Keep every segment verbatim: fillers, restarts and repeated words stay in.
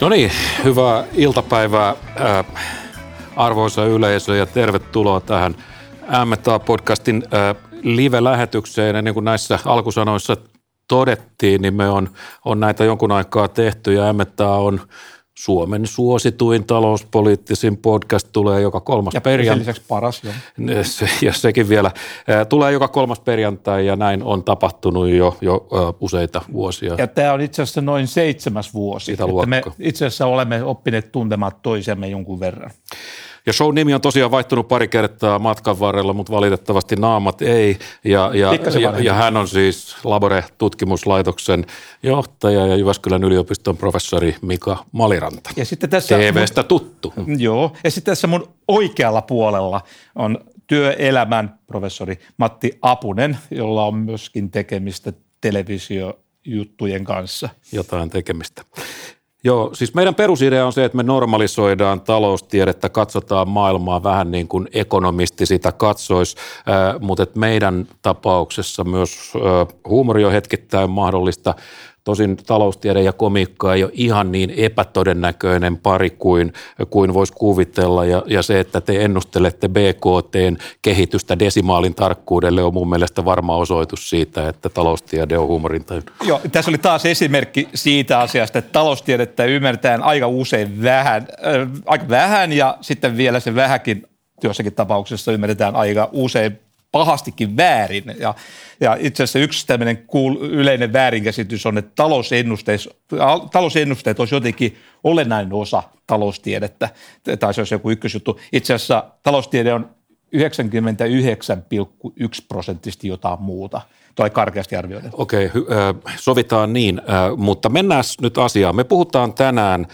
No niin, hyvää iltapäivää ää, arvoisa yleisö ja tervetuloa tähän M T A-podcastin ää, live-lähetykseen. Ennen kuin näissä alkusanoissa todettiin, niin me on, on näitä jonkun aikaa tehty ja M T A on Suomen suosituin talouspoliittisin podcast, tulee joka kolmas ja perjantai. Ja lisäksi paras, joo. Ja sekin vielä. Tulee joka kolmas perjantai ja näin on tapahtunut jo, jo useita vuosia. Ja tämä on itse asiassa noin seitsemäs vuosi. Sitä luokkaa. Me itse asiassa olemme oppineet tuntemaan toisemme jonkun verran. Ja show nimi on tosiaan vaihtunut pari kertaa matkan varrella, mutta valitettavasti naamat ei. Ja, ja, ja, ja hän on siis Labore-tutkimuslaitoksen johtaja ja Jyväskylän yliopiston professori Mika Maliranta. Ja sitten tässä T V:stä mun, tuttu. Joo, ja sitten tässä mun oikealla puolella on työelämän professori Matti Apunen, jolla on myöskin tekemistä televisiojuttujen kanssa. Jotain tekemistä. Joo, siis meidän perusidea on se, että me normalisoidaan taloustiedettä, katsotaan maailmaa vähän niin kuin ekonomisti sitä katsoisi, äh, mutta että meidän tapauksessa myös äh, huumori on hetkittäin mahdollista. Tosin taloustiede ja komiikka ei ole ihan niin epätodennäköinen pari kuin, kuin voisi kuvitella ja, ja se, että te ennustelette B K T:n kehitystä desimaalin tarkkuudelle on mun mielestä varma osoitus siitä, että taloustiede on huumorin täynnä. Joo, tässä oli taas esimerkki siitä asiasta, että taloustiedettä ymmärretään aika usein vähän, äh, aika vähän ja sitten vielä se vähäkin jossakin tapauksessa ymmärretään aika usein pahastikin väärin. Ja, ja itse asiassa yksi tämmöinen cool, yleinen väärinkäsitys on, että talousennusteet, talousennusteet olisi jotenkin olennainen osa taloustiedettä, tai se olisi joku ykkösjuttu. Itse asiassa taloustiede on yhdeksänkymmentäyhdeksän pilkku yksi prosenttisesti jotain muuta, tai karkeasti arvioiden. Okei, sovitaan niin, mutta mennään nyt asiaan. Me puhutaan tänään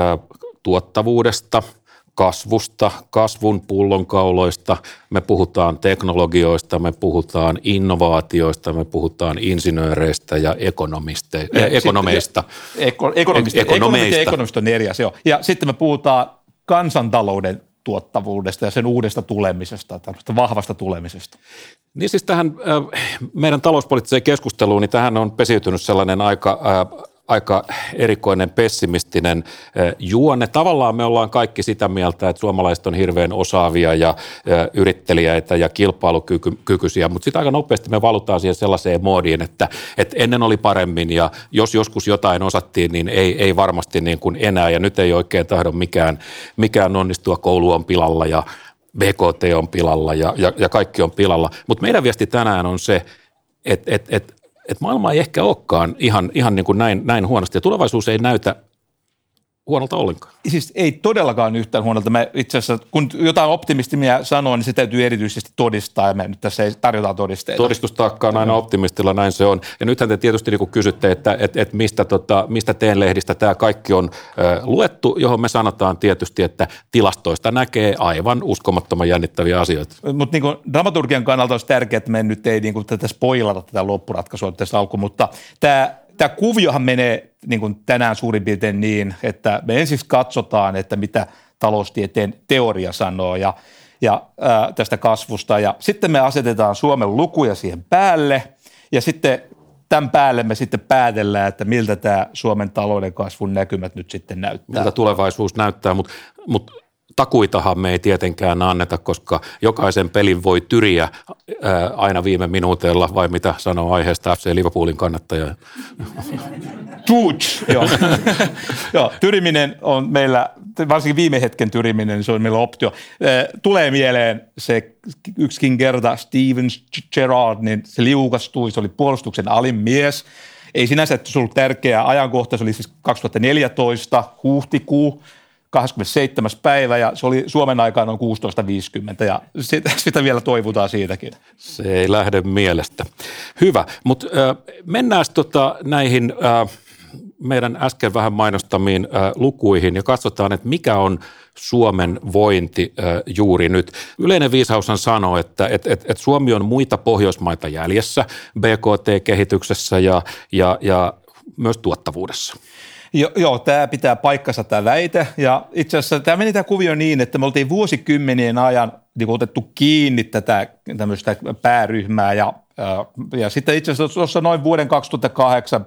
tuottavuudesta, kasvusta, kasvun pullonkauloista, me puhutaan teknologioista, me puhutaan innovaatioista, me puhutaan insinööreistä ja ekonomiste, ja ekonomeista. Eko, ekonomista, ekonomista ja ekonomista on eri asia. Ja sitten me puhutaan kansantalouden tuottavuudesta ja sen uudesta tulemisesta, tämmöistä vahvasta tulemisesta. Niin siis tähän meidän talouspoliittiseen keskusteluun, niin tähän on pesiytynyt sellainen aika aika erikoinen pessimistinen juonne. Tavallaan me ollaan kaikki sitä mieltä, että suomalaiset on hirveän osaavia ja yritteliäitä ja kilpailukykyisiä, mutta sitten aika nopeasti me valutaan siihen sellaiseen moodiin, että, että ennen oli paremmin ja jos joskus jotain osattiin, niin ei, ei varmasti niin kuin enää ja nyt ei oikein tahdo mikään, mikään onnistua, koulu on pilalla ja B K T on pilalla ja, ja, ja kaikki on pilalla. Mutta meidän viesti tänään on se, että, että, että että maailma ei ehkä olekaan ihan, ihan niin kuin näin, näin huonosti ja tulevaisuus ei näytä huonolta ollenkaan. Siis ei todellakaan yhtään huonolta. Mä itse asiassa, kun jotain optimistimia sanoo, niin se täytyy erityisesti todistaa ja me nyt tässä ei tarjotaan todisteita. Todistustaakka on aina optimistilla, näin se on. Ja nythän te tietysti niin kuin kysytte, että, että, että mistä, tota, mistä teen lehdistä tämä kaikki on äh, luettu, johon me sanotaan tietysti, että tilastoista näkee aivan uskomattoman jännittäviä asioita. Mutta niin kuin dramaturgian kannalta olisi tärkeää, että me nyt ei niin kuin tätä spoilata tätä loppuratkaisua tässä alkuun, mutta tämä Tämä kuviohan menee niin kuin tänään suurin piirtein niin, että me ensin katsotaan, että mitä taloustieteen teoria sanoo ja, ja ää, tästä kasvusta ja sitten me asetetaan Suomen lukuja siihen päälle ja sitten tämän päälle me sitten päätellään, että miltä tämä Suomen talouden kasvun näkymät nyt sitten näyttää. Miltä tulevaisuus näyttää, mutta mut takuitahan me ei tietenkään anneta, koska jokaisen pelin voi tyriä ää, aina viime minuuteilla, vai mitä sanoo aiheesta F C Liverpoolin kannattaja? Tuuts, joo. joo. Tyriminen on meillä, varsinkin viime hetken tyriminen, se on meillä optio. Tulee mieleen se yksikin kerta Steven Gerrard, niin se liukastui, se oli puolustuksen alin mies. Ei sinänsä se ollut tärkeä ajankohta, se oli siis kaksituhattaneljätoista huhtikuu. kahdeskymmenesseitsemäs päivä ja se oli Suomen aikaan noin kuusitoista viisikymmentä ja sitä, sitä vielä toivutaan siitäkin. Se ei lähde mielestä. Hyvä, mutta äh, mennään tota, näihin äh, meidän äsken vähän mainostamiin äh, lukuihin ja katsotaan, että mikä on Suomen vointi äh, juuri nyt. Yleinen viisaushan sanoo, että et, et, et Suomi on muita Pohjoismaita jäljessä B K T-kehityksessä ja, ja, ja myös tuottavuudessa. Jo, joo, tämä pitää paikkansa tämä väite ja itse asiassa tämä meni tämä kuvio niin, että me oltiin vuosikymmenien ajan niin otettu kiinni tätä tämmöistä pääryhmää ja Ja sitten itse asiassa tuossa noin vuoden kaksituhattakahdeksan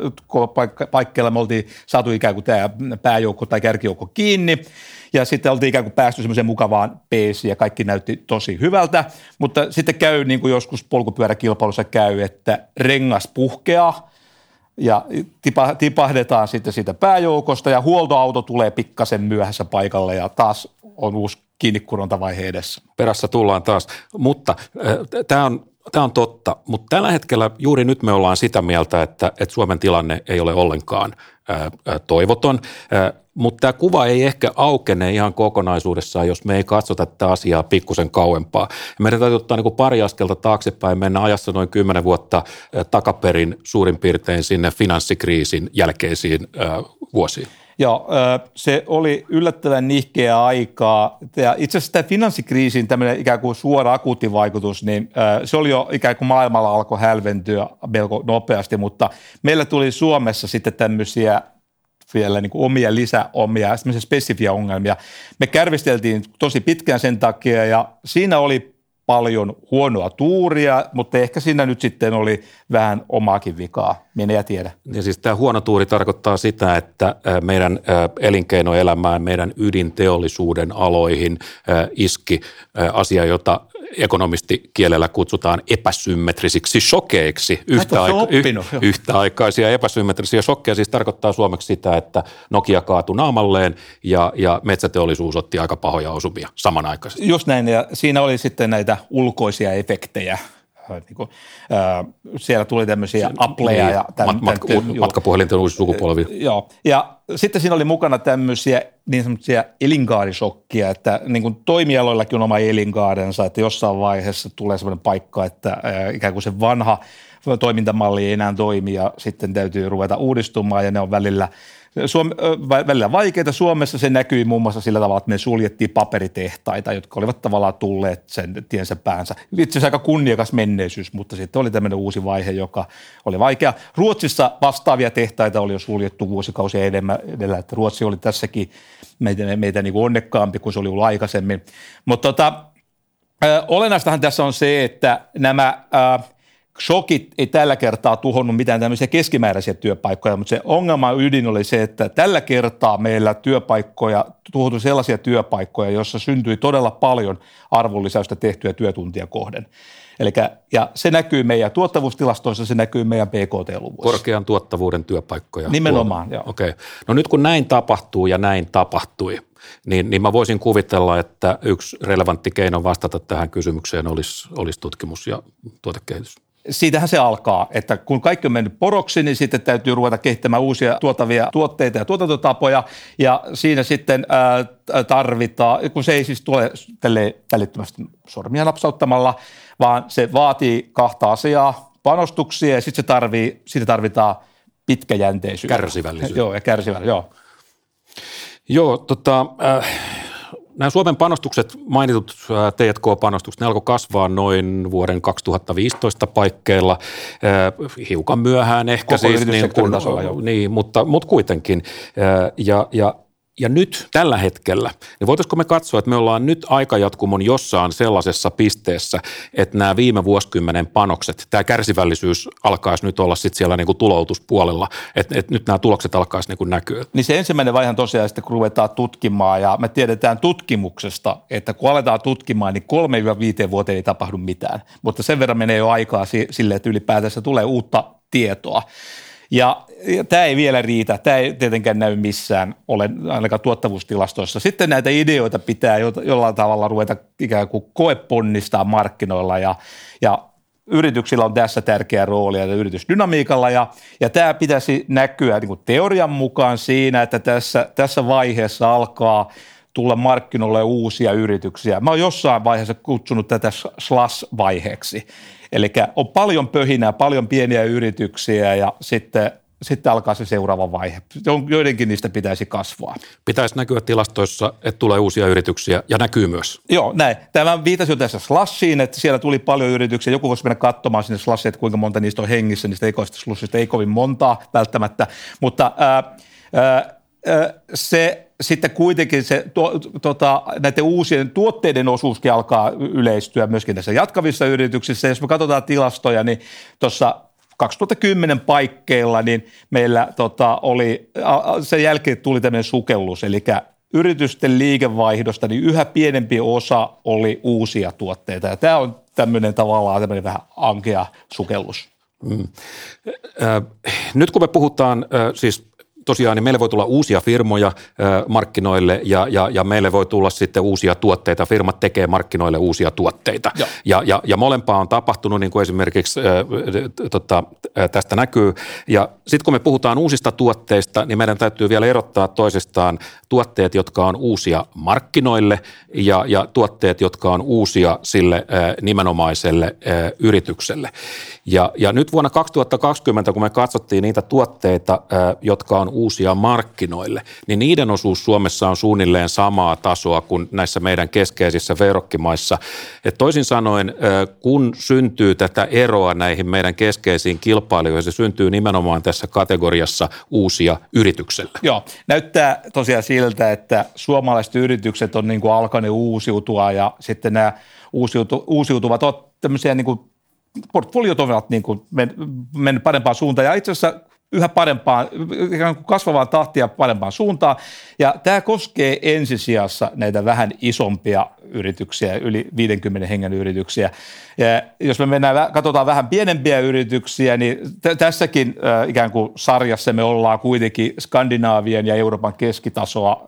paikkeilla me oltiin saatu ikään kuin tämä pääjoukko tai kärkijoukko kiinni, ja sitten oltiin ikään kuin päästy semmoiseen mukavaan peesiin, ja kaikki näytti tosi hyvältä, mutta sitten käy niin kuin joskus polkupyöräkilpailussa käy, että rengas puhkeaa, ja tipa, tipahdetaan sitten siitä pääjoukosta, ja huoltoauto tulee pikkasen myöhässä paikalle, ja taas on uusi kiinnikurontavaihe edessä. Perässä tullaan taas, mutta äh, tämä on, tämä on totta, mutta tällä hetkellä juuri nyt me ollaan sitä mieltä, että, että Suomen tilanne ei ole ollenkaan äh, äh, toivoton, äh, mutta tämä kuva ei ehkä aukene ihan kokonaisuudessaan, jos me ei katsota tätä asiaa pikkusen kauempaa. Meidän täytyy ottaa niin kuin pari askelta taaksepäin, mennä ajassa noin kymmenen vuotta äh, takaperin suurin piirtein sinne finanssikriisin jälkeisiin äh, vuosiin. Joo, se oli yllättävän nihkeä aikaa. Ja itse asiassa tämä finanssikriisin tämmöinen ikään kuin suora akuutti vaikutus, niin se oli jo ikään kuin maailmalla alkoi hälventyä melko nopeasti, mutta meillä tuli Suomessa sitten tämmöisiä vielä niin kuin omia lisäomia, semmoisia spesifiä ongelmia. Me kärvisteltiin tosi pitkään sen takia, ja siinä oli paljon huonoa tuuria, mutta ehkä siinä nyt sitten oli vähän omaakin vikaa, minä ja tiedä. Ja siis tämä huono tuuri tarkoittaa sitä, että meidän elinkeinoelämään, meidän ydinteollisuuden aloihin iski asia, jota ekonomistikielellä kutsutaan epäsymmetrisiksi shokeiksi. Yhtä, aika, yh, yhtäaikaisia epäsymmetrisiä shokkeja siis tarkoittaa suomeksi sitä, että Nokia kaatui naamalleen ja, ja metsäteollisuus otti aika pahoja osumia samanaikaisesti. Just näin, ja siinä oli sitten näitä ulkoisia efektejä. Niin kuin, äh, siellä tuli tämmöisiä Appleja niin, ja tämän, mat, mat, matkapuhelinten uusi sukupolvi. Joo, ja sitten siinä oli mukana tämmöisiä niin semmoisia elinkaarisokkia, että niin kuin toimialoillakin on oma elinkaarensa, että jossain vaiheessa tulee semmoinen paikka, että äh, ikään kuin se vanha toimintamalli ei enää toimi ja sitten täytyy ruveta uudistumaan ja ne on välillä Suom- välillä vaikeita. Suomessa se näkyi muun muassa sillä tavalla, että me suljettiin paperitehtaita, jotka olivat tavallaan tulleet sen tiensä päänsä. Itse asiassa aika kunniakas menneisyys, mutta sitten oli tämmöinen uusi vaihe, joka oli vaikea. Ruotsissa vastaavia tehtaita oli jo suljettu vuosikausia edellä, että Ruotsi oli tässäkin meitä, meitä niin kuin onnekkaampi kuin se oli ollut aikaisemmin. Mutta tota, äh, olennaistahan tässä on se, että nämä äh, shokit ei tällä kertaa tuhonnut mitään tämmöisiä keskimääräisiä työpaikkoja, mutta se ongelman ydin oli se, että tällä kertaa meillä työpaikkoja, tuhoutui sellaisia työpaikkoja, joissa syntyi todella paljon arvonlisäystä tehtyä työtuntia kohden. Elikkä, ja se näkyy meidän tuottavuustilastoissa, se näkyy meidän B K T-luvuissa. Korkean tuottavuuden työpaikkoja. Nimenomaan, joo. Okei. Okay. No nyt kun näin tapahtuu ja näin tapahtui, niin, niin mä voisin kuvitella, että yksi relevantti keino vastata tähän kysymykseen olisi, olisi tutkimus ja tuotekehitys. Siitähän se alkaa, että kun kaikki on mennyt poroksi, niin sitten täytyy ruveta kehittämään uusia tuotavia tuotteita ja tuotantotapoja, ja siinä sitten ää, tarvitaan, kun se ei siis tule tälle välittömästi sormia napsauttamalla, vaan se vaatii kahta asiaa, panostuksia, ja sitten se tarvii, siitä tarvitaan pitkäjänteisyyttä. Kärsivällisyyttä. Joo, ja kärsivällisyyttä, joo. Joo, tota... Äh... Nämä Suomen panostukset, mainitut T and K-panostukset, ne alkoi kasvaa noin vuoden kaksituhattaviisitoista paikkeilla, hiukan myöhään ehkä. Koko siis, niin, kun, niin, mutta, mutta kuitenkin. Ja, ja, ja nyt tällä hetkellä, niin voitaisiko me katsoa, että me ollaan nyt aikajatkumon jossain sellaisessa pisteessä, että nämä viime vuosikymmenen panokset, tämä kärsivällisyys alkaisi nyt olla sitten siellä niin kuin tuloutuspuolella, että, että nyt nämä tulokset alkaisi niin kuin näkyä. Niin se ensimmäinen vaihe on tosiaan sitten, kun ruvetaan tutkimaan, ja me tiedetään tutkimuksesta, että kun aletaan tutkimaan, niin kolme viiteen vuoteen ei tapahdu mitään, mutta sen verran menee jo aikaa sille, että ylipäätänsä tulee uutta tietoa. Ja, ja tämä ei vielä riitä, tämä ei tietenkään näy missään, ole ainakaan tuottavuustilastoissa. Sitten näitä ideoita pitää jo, jollain tavalla ruveta ikään kuin koeponnistaa markkinoilla, ja, ja yrityksillä on tässä tärkeä rooli ja yritysdynamiikalla, ja, ja tämä pitäisi näkyä niin kuin teorian mukaan siinä, että tässä, tässä vaiheessa alkaa tulla markkinoille uusia yrityksiä. Mä oon jossain vaiheessa kutsunut tätä slash-vaiheeksi. Eli on paljon pöhinää, paljon pieniä yrityksiä, ja sitten, sitten alkaa se seuraava vaihe. Joidenkin niistä pitäisi kasvaa. Pitäisi näkyä tilastoissa, että tulee uusia yrityksiä, ja näkyy myös. Joo, näin. Tämä viitasi jo tässä Slashiin, että siellä tuli paljon yrityksiä. Joku voisi mennä katsomaan sinne Slashiin, että kuinka monta niistä on hengissä, niistä ekoista Slashista ei kovin montaa välttämättä. Mutta ää, ää, ää, se sitten kuitenkin se to, tota, näiden uusien tuotteiden osuuskin alkaa yleistyä myöskin tässä jatkavissa yrityksissä. Jos me katsotaan tilastoja, niin tuossa kaksituhattakymmenen paikkeilla niin meillä tota, oli, sen jälkeen tuli tämmöinen sukellus, eli yritysten liikevaihdosta niin yhä pienempi osa oli uusia tuotteita, ja tämä on tämmöinen tavallaan tämmöinen vähän ankea sukellus. Mm. Äh, nyt kun me puhutaan äh, siis tosiaan, niin meille voi tulla uusia firmoja äh, markkinoille ja, ja, ja meille voi tulla sitten uusia tuotteita. Firmat tekee markkinoille uusia tuotteita. Ja, ja, ja molempaa on tapahtunut, niin kuin esimerkiksi äh, tota, äh, tästä näkyy. Ja sitten kun me puhutaan uusista tuotteista, niin meidän täytyy vielä erottaa toisistaan tuotteet, jotka on uusia markkinoille ja, ja tuotteet, jotka on uusia sille äh, nimenomaiselle äh, yritykselle. Ja, ja nyt vuonna kaksituhattakaksikymmentä, kun me katsottiin niitä tuotteita, äh, jotka on uusia markkinoille, niin niiden osuus Suomessa on suunnilleen samaa tasoa kuin näissä meidän keskeisissä verrokkimaissa. Et toisin sanoen, kun syntyy tätä eroa näihin meidän keskeisiin kilpailijoihin, se syntyy nimenomaan tässä kategoriassa uusia yritykselle. Joo, näyttää tosiaan siltä, että suomalaiset yritykset on niin kuin alkaneet uusiutua ja sitten nämä uusiutu, uusiutuvat ovat tämmöisiä niin kuin portfoliot ovat niin kuin mennyt parempaan suuntaan ja itse asiassa yhä parempaan, kasvavaan tahtia parempaan suuntaan. Ja tämä koskee ensisijassa näitä vähän isompia yrityksiä, yli viidenkymmenen hengen yrityksiä. Ja jos me mennään, katsotaan vähän pienempiä yrityksiä, niin t- tässäkin äh, ikään kuin sarjassa me ollaan kuitenkin Skandinaavian ja Euroopan keskitasoa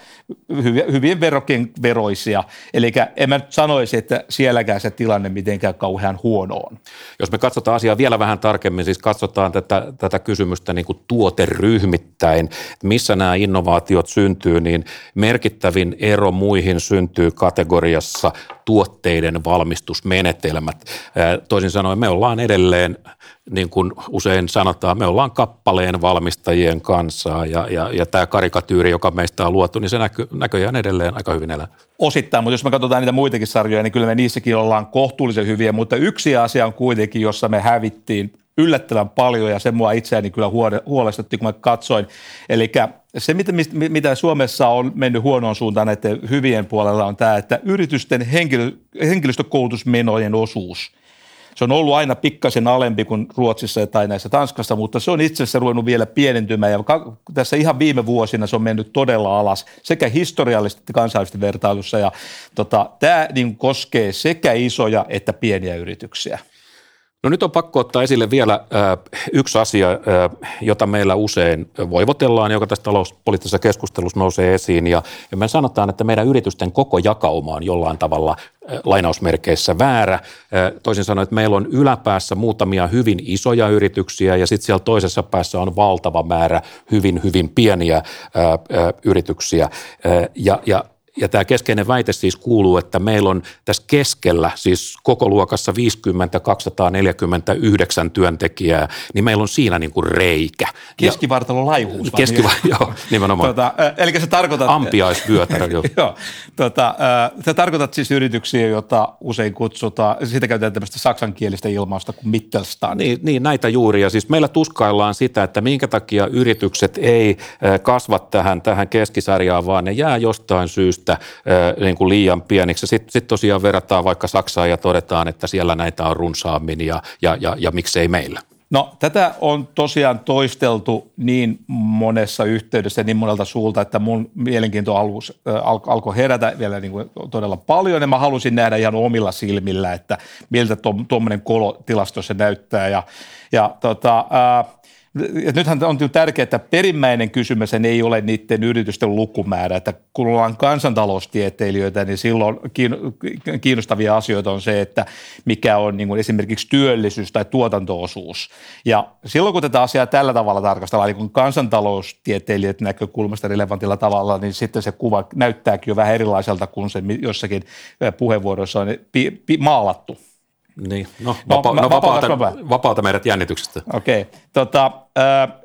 äh, hyviä, hyvin verrokin veroisia. Eli en mä nyt sanoisi, että sielläkään se tilanne mitenkään kauhean huono on. Jos me katsotaan asiaa vielä vähän tarkemmin, siis katsotaan tätä, tätä kysymystä niin kuin tuoteryhmittäin, missä nämä innovaatiot syntyy, niin merkittävin ero muihin syntyy kategoriassa tuotteiden valmistusmenetelmät. Toisin sanoen me ollaan edelleen, niin kuin usein sanotaan, me ollaan kappaleen valmistajien kanssa ja, ja, ja tämä karikatyyri, joka meistä on luotu, niin se näkö, näköjään edelleen aika hyvin elää. Osittain, mutta jos me katsotaan niitä muitakin sarjoja, niin kyllä me niissäkin ollaan kohtuullisen hyviä, mutta yksi asia on kuitenkin, jossa me hävittiin yllättävän paljon ja se mua itseäni kyllä huolestutti, kun mä katsoin. Eli se, mitä, mitä Suomessa on mennyt huonoon suuntaan näiden hyvien puolella on tämä, että yritysten henkilö, henkilöstökoulutusmenojen osuus. Se on ollut aina pikkasen alempi kuin Ruotsissa tai näissä Tanskassa, mutta se on itse asiassa ruvennut vielä pienentymään ja tässä ihan viime vuosina se on mennyt todella alas sekä historiallisesti että kansainvälisesti vertailussa ja tota, tämä niin koskee sekä isoja että pieniä yrityksiä. No nyt on pakko ottaa esille vielä äh, yksi asia, äh, jota meillä usein voivotellaan, joka tässä talouspoliittisessa keskustelussa nousee esiin. Ja, ja me sanotaan, että meidän yritysten koko jakauma on jollain tavalla äh, lainausmerkeissä väärä. Äh, toisin sanoen, että meillä on yläpäässä muutamia hyvin isoja yrityksiä ja sitten siellä toisessa päässä on valtava määrä hyvin, hyvin pieniä äh, äh, yrityksiä. Äh, ja, ja Ja tämä keskeinen väite siis kuuluu, että meillä on tässä keskellä, siis koko luokassa viisikymmentä kaksisataaneljäkymmentäyhdeksän työntekijää, niin meillä on siinä niin kuin reikä. Keskivartalon laihuus. Keskiva- joo, nimenomaan. Tota, eli se tarkoittaa... Ampiaisvyötärä, joo. joo, tota, sä tarkoitat siis yrityksiä, joita usein kutsutaan, siitä käytetään tämmöistä saksankielistä ilmausta kuin Mittelstand. Niin, niin, näitä juuri. Ja siis meillä tuskaillaan sitä, että minkä takia yritykset ei kasva tähän, tähän keskisarjaan, vaan ne jää jostain syystä niin kuin liian pieniksi. Sitten sit tosiaan verrataan vaikka Saksaan ja todetaan, että siellä näitä on runsaammin ja, ja, ja, ja miksei meillä. No tätä on tosiaan toisteltu niin monessa yhteydessä niin monelta suulta, että mun mielenkiinto alus, äh, al- alkoi herätä vielä niin kuin todella paljon ja mä halusin nähdä ihan omilla silmillä, että miltä tuommoinen kolotilasto se näyttää ja, ja tota, äh, ja nythän on tärkeää, että perimmäinen kysymys ei ole niiden yritysten lukumäärä, että kun ollaan kansantaloustieteilijöitä, niin silloin kiinnostavia asioita on se, että mikä on niin kuin esimerkiksi työllisyys tai tuotanto-osuus. Ja silloin kun tätä asiaa tällä tavalla tarkastellaan, niin kun kansantaloustieteilijöiden näkökulmasta relevantilla tavalla, niin sitten se kuva näyttääkin jo vähän erilaiselta kuin se jossakin puheenvuoroissa on pi- pi- maalattu. Niin, no, vapa- no, no vapauta, vapauta meidät jännityksestä. Okei, okay. tota, äh,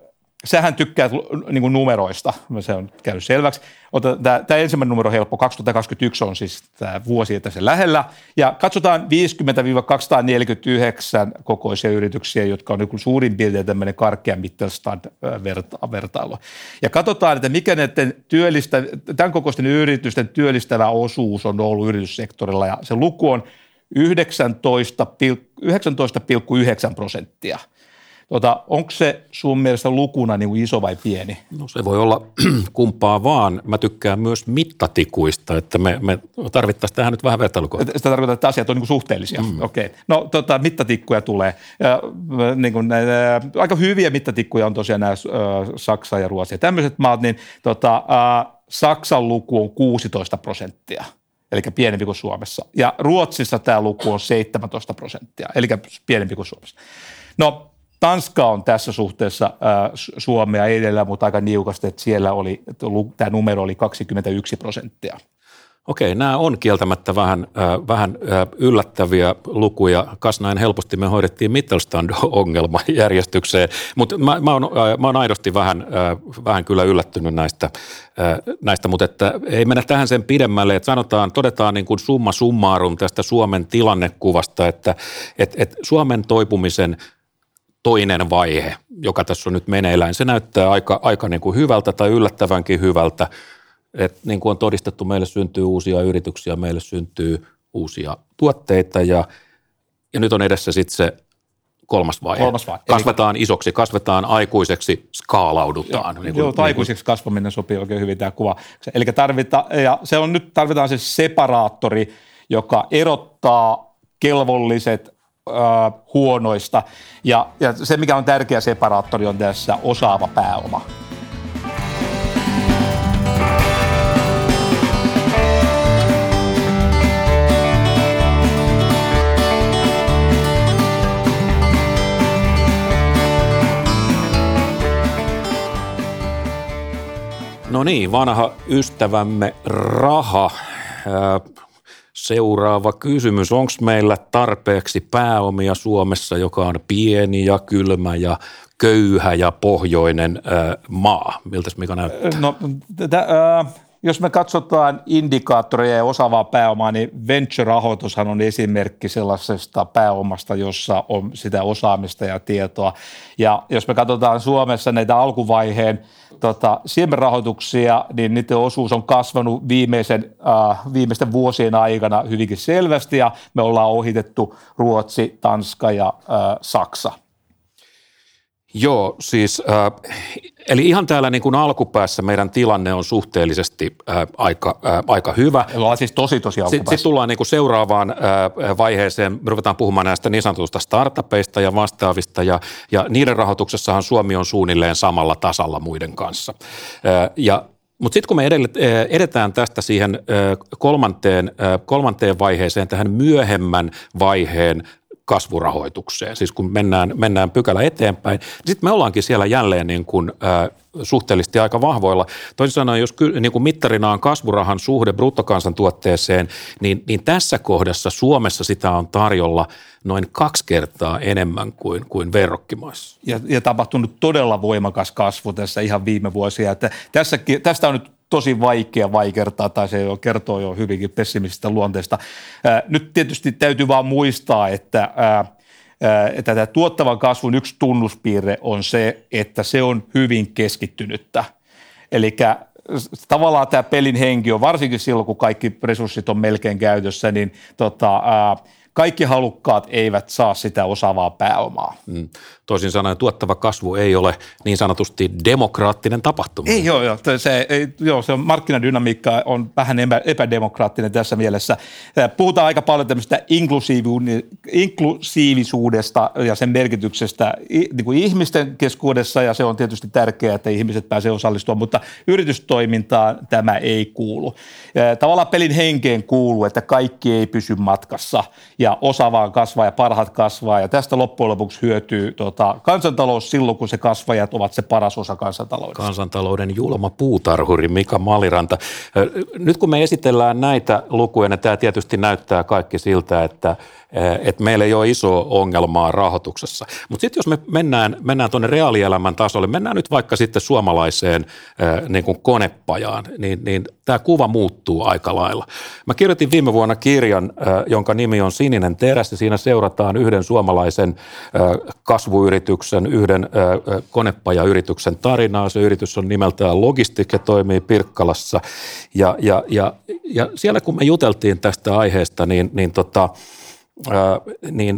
sähän tykkäät niin kuin numeroista, se on käynyt selväksi. Tämä ensimmäinen numero on helppo, kaksituhattakaksikymmentäyksi on siis tämä vuosi, että se lähellä. Ja katsotaan viisikymmentä kaksisataaneljäkymmentäyhdeksän kokoisia yrityksiä, jotka on niin kuin suurin piirtein tämmöinen karkea Mittelstand-vertailu. Ja katsotaan, että mikä näiden työllistä, tämän kokoisten yritysten työllistävä osuus on ollut yrityssektorilla, ja se luku on yhdeksäntoista pilkku yhdeksän prosenttia. Tota, onko se sun mielestä lukuna niin kuin iso vai pieni? No se voi olla kumpaa vaan. Mä tykkään myös mittatikuista, että me, me tarvittaisiin tähän nyt vähän vertailukohtaa. Sitä tarkoittaa, että asiat on niin kuin suhteellisia. Mm. Okei. Okay. No tota, mittatikkuja tulee. Ja, niin kuin näitä, aika hyviä mittatikkuja on tosiaan nämä äh, Saksa ja Ruotsi ja tämmöiset maat, niin tota, äh, Saksan luku on kuusitoista prosenttia. Eli pienempi kuin Suomessa. Ja Ruotsissa tämä luku on seitsemäntoista prosenttia, eli pienempi kuin Suomessa. No, Tanska on tässä suhteessa äh, Suomea edellä, mutta aika niukasti, että siellä oli, tämä numero oli kaksikymmentäyksi prosenttia. Okei, nämä on kieltämättä vähän, äh, vähän äh, yllättäviä lukuja. Kas näin helposti me hoidettiin Mittelstand-ongelma järjestykseen, mutta mä, mä, oon, äh, mä oon aidosti vähän, äh, vähän kyllä yllättynyt näistä, äh, näistä mutta että ei mennä tähän sen pidemmälle, että sanotaan, todetaan niin kuin summa summarum tästä Suomen tilannekuvasta, että et, et Suomen toipumisen toinen vaihe, joka tässä on nyt meneillään, se näyttää aika, aika niin kuin hyvältä tai yllättävänkin hyvältä. Et niin kuin on todistettu, meille syntyy uusia yrityksiä, meille syntyy uusia tuotteita ja, ja nyt on edessä sitten se kolmas vaihe. Kolmas vaihe. Kasvetaan Eli... isoksi, kasvetaan aikuiseksi, skaalaudutaan. Joo, niin kuin, joo aikuiseksi niin kuin... kasvaminen sopii oikein hyvin tämä kuva. Eli tarvitaan, ja se on nyt tarvitaan se separaattori, joka erottaa kelvolliset äh, huonoista ja, ja se, mikä on tärkeä separaattori, on tässä osaava pääoma. No niin, vanha ystävämme raha. Seuraava kysymys. Onko meillä tarpeeksi pääomia Suomessa, joka on pieni ja kylmä ja köyhä ja pohjoinen maa? Miltäs Mika näyttää? No, tätä, äh, jos me katsotaan indikaattoreja ja osaavaa pääomaa, niin venture-rahoitushan on esimerkki sellaisesta pääomasta, jossa on sitä osaamista ja tietoa. Ja jos me katsotaan Suomessa näitä alkuvaiheen tota, siemenrahoituksia, niin niiden osuus on kasvanut viimeisen, äh, viimeisten vuosien aikana hyvinkin selvästi, ja me ollaan ohitettu Ruotsi, Tanska ja äh, Saksa. Joo, siis äh, eli ihan täällä niin kuin alkupäässä meidän tilanne on suhteellisesti äh, aika, äh, aika hyvä. Ollaan siis tosi tosi alkupäässä. Sitten sit tullaan niin kuin seuraavaan äh, vaiheeseen, me ruvetaan puhumaan näistä niin sanotusta startupeista ja vastaavista, ja, ja niiden rahoituksessahan Suomi on suunnilleen samalla tasalla muiden kanssa. Äh, ja Mutta sitten kun me edetään tästä siihen äh, kolmanteen, äh, kolmanteen vaiheeseen, tähän myöhemmän vaiheen kasvurahoitukseen, siis kun mennään, mennään pykälä eteenpäin, niin sitten me ollaankin siellä jälleen niin kuin, äh, suhteellisesti aika vahvoilla. Toisin sanoen, jos ky, niin kuin mittarina on kasvurahan suhde bruttokansantuotteeseen, niin, niin tässä kohdassa Suomessa sitä on tarjolla noin kaksi kertaa enemmän kuin, kuin verrokkimaissa. Ja, ja tapahtunut todella voimakas kasvu tässä ihan viime vuosia. Että tässäkin, tästä on nyt tosi vaikea vaikertaa, tai se jo kertoo jo hyvinkin pessimistisistä luonteesta. Ää, nyt tietysti täytyy vaan muistaa, että, ää, että tämä tuottavan kasvun yksi tunnuspiirre on se, että se on hyvin keskittynyttä. Eli tavallaan tämä pelin henki on, varsinkin silloin, kun kaikki resurssit on melkein käytössä, niin tota, ää, kaikki halukkaat eivät saa sitä osaavaa pääomaa. Mm. Toisin sanoen tuottava kasvu ei ole niin sanotusti demokraattinen tapahtuma. Ei joo, joo. Se, ei, joo, se on, markkinadynamiikka on vähän epädemokraattinen tässä mielessä. Puhutaan aika paljon tämmöistä inklusiivisuudesta ja sen merkityksestä niin kuin ihmisten keskuudessa, ja se on tietysti tärkeää, että ihmiset pääsevät osallistumaan, mutta yritystoimintaan tämä ei kuulu. Tavallaan pelin henkeen kuuluu, että kaikki ei pysy matkassa, ja osa vaan kasvaa ja parhaat kasvaa ja tästä loppujen lopuksi hyötyy tota, kansantalous silloin, kun se kasvajat ovat se paras osa kansantaloudesta. Kansantalouden julma puutarhuri Mika Maliranta. Nyt kun me esitellään näitä lukuja, niin tämä tietysti näyttää kaikki siltä, että, että meillä ei ole iso ongelmaa rahoituksessa. Mutta sitten jos me mennään, mennään tuonne reaalielämän tasolle, mennään nyt vaikka sitten suomalaiseen niin kuin konepajaan, niin, niin tämä kuva muuttuu aika lailla. Mä kirjoitin viime vuonna kirjan, jonka nimi on Sininen teräs, ja siinä seurataan yhden suomalaisen kasvuyrityksen, yhden konepajayrityksen tarinaa. Se yritys on nimeltään Logistic ja toimii Pirkkalassa. Ja, ja, ja, ja siellä kun me juteltiin tästä aiheesta, niin, niin, tota, ää, niin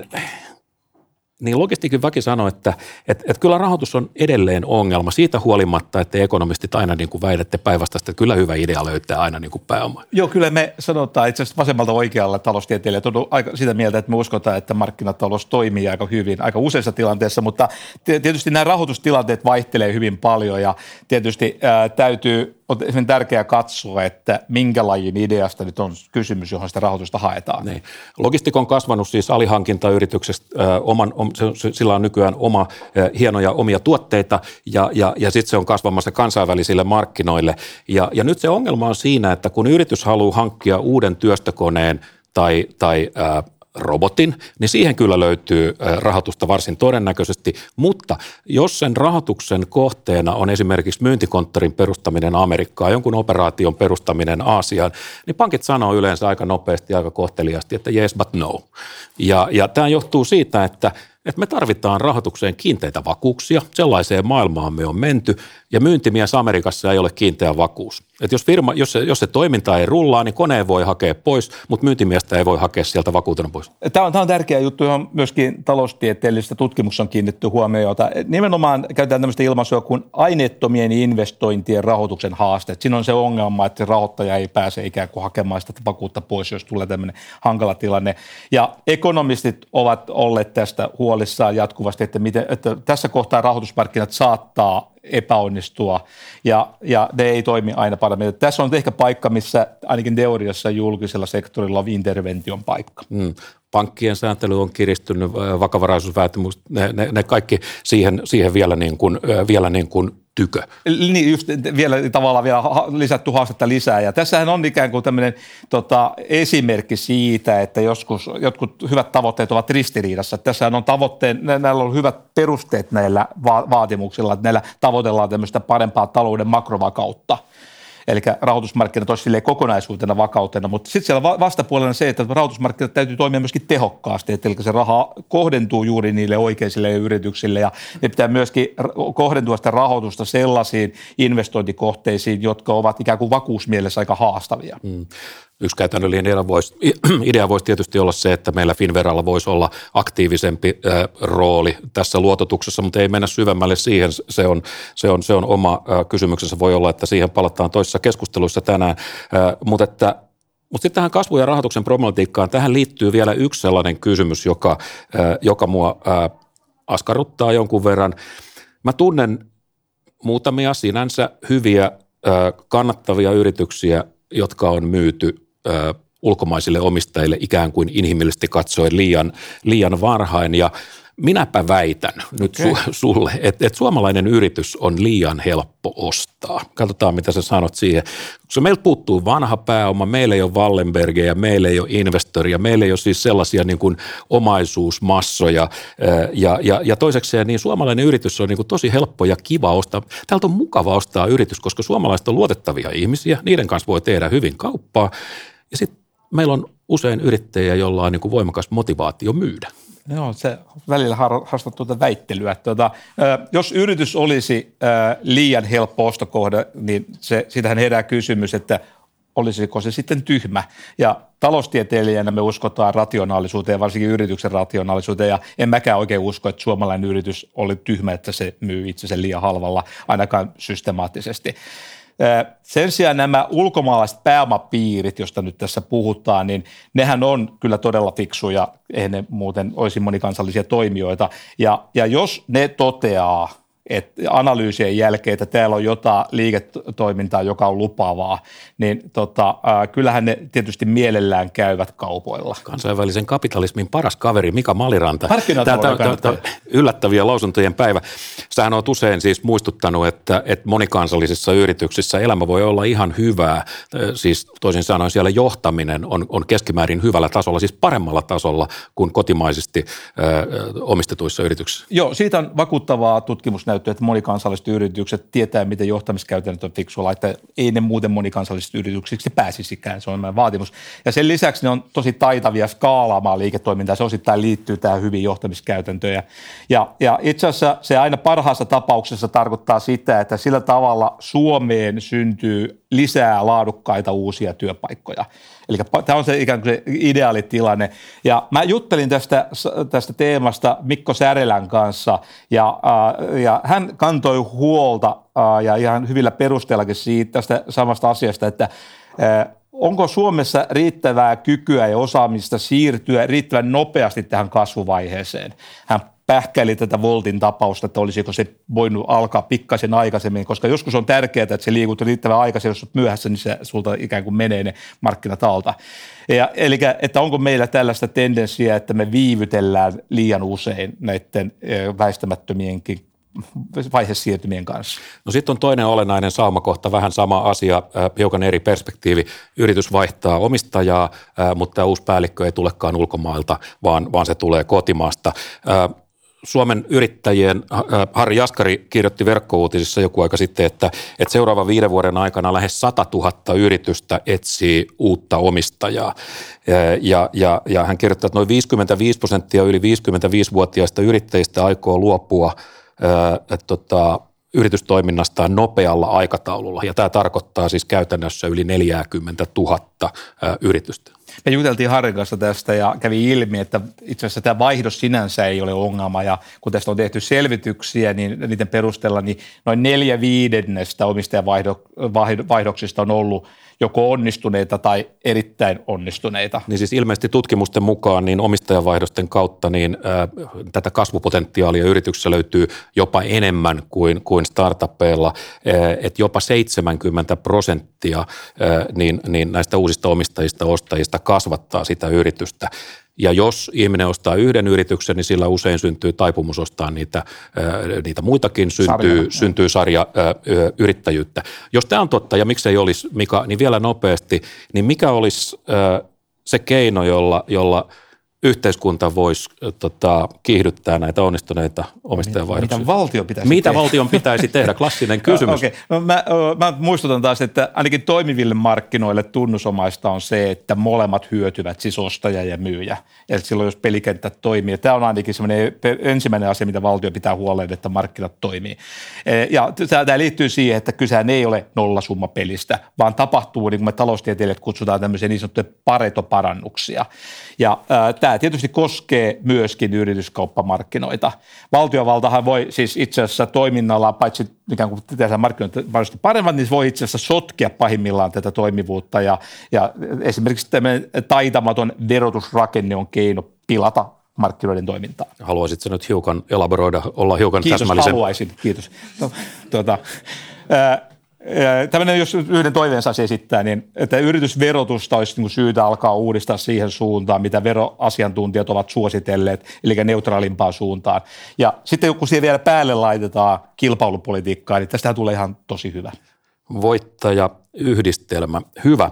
niin Logistikin väki sanoi, että, että, että kyllä rahoitus on edelleen ongelma siitä huolimatta, että ekonomistit aina niin kuin väitätte päinvastaista, että kyllä hyvä idea löytää aina niin kuin pääoma. Joo, kyllä me sanotaan itse asiassa vasemmalta oikealla taloustieteilijät on aika sitä mieltä, että me uskotaan, että markkinatalous toimii aika hyvin, aika useissa tilanteissa, mutta tietysti nämä rahoitustilanteet vaihtelee hyvin paljon ja tietysti ää, täytyy on tärkeää katsoa, että minkä lajin ideasta nyt on kysymys, johon sitä rahoitusta haetaan. Niin. Logistic on kasvanut siis alihankintayrityksestä, äh, oman, om, se, sillä on nykyään oma äh, hienoja omia tuotteita ja, ja, ja sitten se on kasvamassa kansainvälisille markkinoille. Ja, ja nyt se ongelma on siinä, että kun yritys haluaa hankkia uuden työstökoneen tai, tai äh, robotin, niin siihen kyllä löytyy rahoitusta varsin todennäköisesti, mutta jos sen rahoituksen kohteena on esimerkiksi myyntikonttorin perustaminen Amerikkaan, jonkun operaation perustaminen Aasiaan, niin pankit sanoo yleensä aika nopeasti ja aika kohteliasti, että yes but no. Ja, ja tämä johtuu siitä, että että me tarvitaan rahoitukseen kiinteitä vakuuksia, sellaiseen maailmaan me on menty, ja myyntimies Amerikassa ei ole kiinteä vakuus. Että jos, firma, jos, se, jos se toiminta ei rullaa, niin koneen voi hakea pois, mutta myyntimiestä ei voi hakea sieltä vakuutena pois. Tämä on, tämä on tärkeä juttu, johon myöskin taloustieteellisessä tutkimuksessa on kiinnitetty huomiota. Nimenomaan käytetään tämmöistä ilmaisua kuin aineettomien investointien rahoituksen haasteet. Siinä on se ongelma, että se rahoittaja ei pääse ikään kuin hakemaan sitä vakuutta pois, jos tulee tämmöinen hankala tilanne. Ja ekonomistit ovat olleet tästä huolissaan jatkuvasti, että, miten, että tässä kohtaa rahoitusmarkkinat saattaa epäonnistua ja, ja ne ei toimi aina paremmin. Tässä on ehkä paikka, missä ainakin teoriassa julkisella sektorilla on intervention paikka. Mm. Pankkien sääntely on kiristynyt, vakavaraisuusvaatimukset, ne, ne, ne kaikki siihen, siihen vielä, niin kuin, vielä niin kuin tykö. Niin just vielä tavallaan vielä lisätty haastetta lisää ja tässähän on ikään kuin tämmöinen tota, esimerkki siitä, että joskus jotkut hyvät tavoitteet ovat ristiriidassa. Tässähän on tavoitteen, näillä on hyvät perusteet näillä va- vaatimuksilla, että näillä tavoitellaan tämmöistä parempaa talouden makrovakautta. Eli rahoitusmarkkinat olisi kokonaisuutena vakautena, mutta sitten siellä vastapuolella se, että rahoitusmarkkinat täytyy toimia myöskin tehokkaasti, että eli se raha kohdentuu juuri niille oikeisille yrityksille ja ne pitää myöskin kohdentua sitä rahoitusta sellaisiin investointikohteisiin, jotka ovat ikään kuin vakuusmielessä aika haastavia. Hmm. Yksi käytännöllinen idea voisi, idea voisi tietysti olla se, että meillä Finveralla voisi olla aktiivisempi äh, rooli tässä luototuksessa, mutta ei mennä syvemmälle siihen. Se on, se on, se on oma äh, kysymyksensä. Voi olla, että siihen palataan toisissa keskusteluissa tänään, äh, mutta että Mutta sitten tähän kasvu- ja rahoituksen problematiikkaan, tähän liittyy vielä yksi sellainen kysymys, joka, äh, joka mua äh, askarruttaa jonkun verran. Mä tunnen muutamia sinänsä hyviä äh, kannattavia yrityksiä, jotka on myyty Ö, ulkomaisille omistajille ikään kuin inhimillisesti katsoen liian, liian varhain ja minäpä väitän nyt okay. su, sulle, että, että suomalainen yritys on liian helppo ostaa. Katsotaan, mitä sä sanot siihen. Koska meiltä puuttuu vanha pääoma, meillä ei ole Wallenbergia, meillä ei ole investoria, meillä ei ole siis sellaisia niin kuin omaisuusmassoja ja, ja, ja toisekseen niin suomalainen yritys on niin kuin tosi helppo ja kiva ostaa. Täältä on mukava ostaa yritys, koska suomalaiset on luotettavia ihmisiä, niiden kanssa voi tehdä hyvin kauppaa ja sitten meillä on usein yrittäjiä, joilla on niin kuin voimakas motivaatio myydä. Joo, se välillä haastaa tuota väittelyä. Tuota, jos yritys olisi liian helppo ostokohde, niin se, siitähän herää kysymys, että olisiko se sitten tyhmä. Ja taloustieteilijänä me uskotaan rationaalisuuteen, varsinkin yrityksen rationaalisuuteen, ja en mäkään oikein usko, että suomalainen yritys oli tyhmä, että se myy itsensä liian halvalla, ainakaan systemaattisesti. Sen sijaan nämä ulkomaalaiset pääomapiirit, joista nyt tässä puhutaan, niin nehän on kyllä todella fiksuja, eihän ne muuten olisi monikansallisia toimijoita. Ja, ja jos ne toteaa, et analyysien jälkeen, että täällä on jotain liiketoimintaa, joka on lupaavaa, niin tota, ää, kyllähän ne tietysti mielellään käyvät kaupoilla. Kansainvälisen kapitalismin paras kaveri Mika Maliranta. Markkinatalouden yllättäviä lausuntojen päivä. Sähän on usein siis muistuttanut, että, että monikansallisissa yrityksissä elämä voi olla ihan hyvää. Siis toisin sanoen siellä johtaminen on, on keskimäärin hyvällä tasolla, siis paremmalla tasolla kuin kotimaisesti ö, omistetuissa yrityksissä. Joo, siitä on vakuuttavaa tutkimusnäyttöä, että monikansalliset yritykset tietää, miten johtamiskäytännöt on fiksua, että ei ne muuten monikansallisiksi yrityksiksi pääsisikään, se on meidän vaatimus. Ja sen lisäksi ne on tosi taitavia skaalaamaan liiketoimintaa, se osittain liittyy tähän hyviin johtamiskäytäntöön. Ja, ja itse asiassa se aina parhaassa tapauksessa tarkoittaa sitä, että sillä tavalla Suomeen syntyy lisää laadukkaita uusia työpaikkoja. Eli tämä on se ikään kuin se ideaalitilanne. Ja mä juttelin tästä, tästä teemasta Mikko Särelän kanssa, ja, äh, ja hän kantoi huolta äh, ja ihan hyvillä perusteellakin siitä tästä samasta asiasta, että äh, onko Suomessa riittävää kykyä ja osaamista siirtyä riittävän nopeasti tähän kasvuvaiheeseen. Hän pähkäili tätä Woltin tapausta, että olisiko se voinut alkaa pikkasen aikaisemmin, koska joskus on tärkeää, että se liikut riittävän aikaisin, jos olet myöhässä, niin se sulta ikään kuin menee ne markkinat alta. Ja, eli että onko meillä tällaista tendenssiä, että me viivytellään liian usein näiden väistämättömienkin vaihesiirtymien kanssa. No sitten on toinen olennainen saumakohta, vähän sama asia, äh, hiukan eri perspektiivi. Yritys vaihtaa omistajaa, äh, mutta tämä uusi päällikkö ei tulekaan ulkomailta, vaan, vaan se tulee kotimaasta. Äh, Suomen yrittäjien äh, Harri Jaskari kirjoitti verkkouutisissa joku aika sitten, että, että seuraavan viiden vuoden aikana lähes sata tuhatta yritystä etsii uutta omistajaa. Ja, ja, ja hän kirjoittaa, että noin viisikymmentäviisi prosenttia yli viisikymmentäviisivuotiaista yrittäjistä aikoo luopua Äh, tota, yritystoiminnastaan nopealla aikataululla, ja tämä tarkoittaa siis käytännössä yli neljäkymmentätuhatta äh, yritystä. Me juteltiin Harrin kanssa tästä ja kävi ilmi, että itse asiassa tämä vaihdos sinänsä ei ole ongelma, ja kun tästä on tehty selvityksiä, niin niiden perusteella niin noin neljä viidennestä omistajavaihdoksista on ollut joko onnistuneita tai erittäin onnistuneita. Niin siis ilmeisesti tutkimusten mukaan niin omistajavaihdosten kautta niin ää, tätä kasvupotentiaalia yrityksessä löytyy jopa enemmän kuin, kuin startupeilla, että jopa seitsemänkymmentä prosenttia ää, niin, niin näistä uusista omistajista ostajista kasvattaa sitä yritystä. Ja jos ihminen ostaa yhden yrityksen, niin sillä usein syntyy taipumus ostaa niitä, niitä muitakin, syntyy, Sarja. syntyy sarja ö, yrittäjyyttä. Jos tämä on totta, ja miksei olisi, Mika, niin vielä nopeasti, niin mikä olisi ö, se keino, jolla, jolla yhteiskunta voisi tota, kiihdyttää näitä onnistuneita omistajavaihdoksia? Mitä valtio pitäisi Mitä tehdä? valtion pitäisi tehdä? Klassinen kysymys. Okay. No, mä, mä muistutan taas, että ainakin toimiville markkinoille tunnusomaista on se, että molemmat hyötyvät, siis ostaja ja myyjä. Eli silloin, jos pelikenttä toimii. Tämä on ainakin semmoinen ensimmäinen asia, mitä valtio pitää huoleen, että markkinat toimii. Ja tämä liittyy siihen, että kysehän ei ole nollasummapelistä, vaan tapahtuu, niin kuin me taloustieteilijät kutsutaan tämmöisiä niin sanottuja paretoparannuksia. Ja äh, tämä tietysti koskee myöskin yrityskauppamarkkinoita. Valtiovaltahan voi siis itse asiassa toiminnalla, paitsi ikään kuin tehdään markkinoita varmasti paremmat, niin voi itse asiassa sotkea pahimmillaan tätä toimivuutta. Ja, ja esimerkiksi tämmöinen taitamaton verotusrakenne on keino pilata markkinoiden toimintaa. Haluaisitko nyt hiukan elaboroida, olla hiukan Kiitos, täsmällisen? Kiitos, haluaisin. Kiitos. No, tuota, ää, Tällainen, jos yhden toiveen saisi esittää, niin että yritysverotusta olisi niin kuin syytä alkaa uudistaa siihen suuntaan, mitä veroasiantuntijat ovat suositelleet, eli neutraalimpaan suuntaan. Ja sitten kun siihen vielä päälle laitetaan kilpailupolitiikkaa, niin tästähän tulee ihan tosi hyvä. Voittaja-yhdistelmä. Hyvä.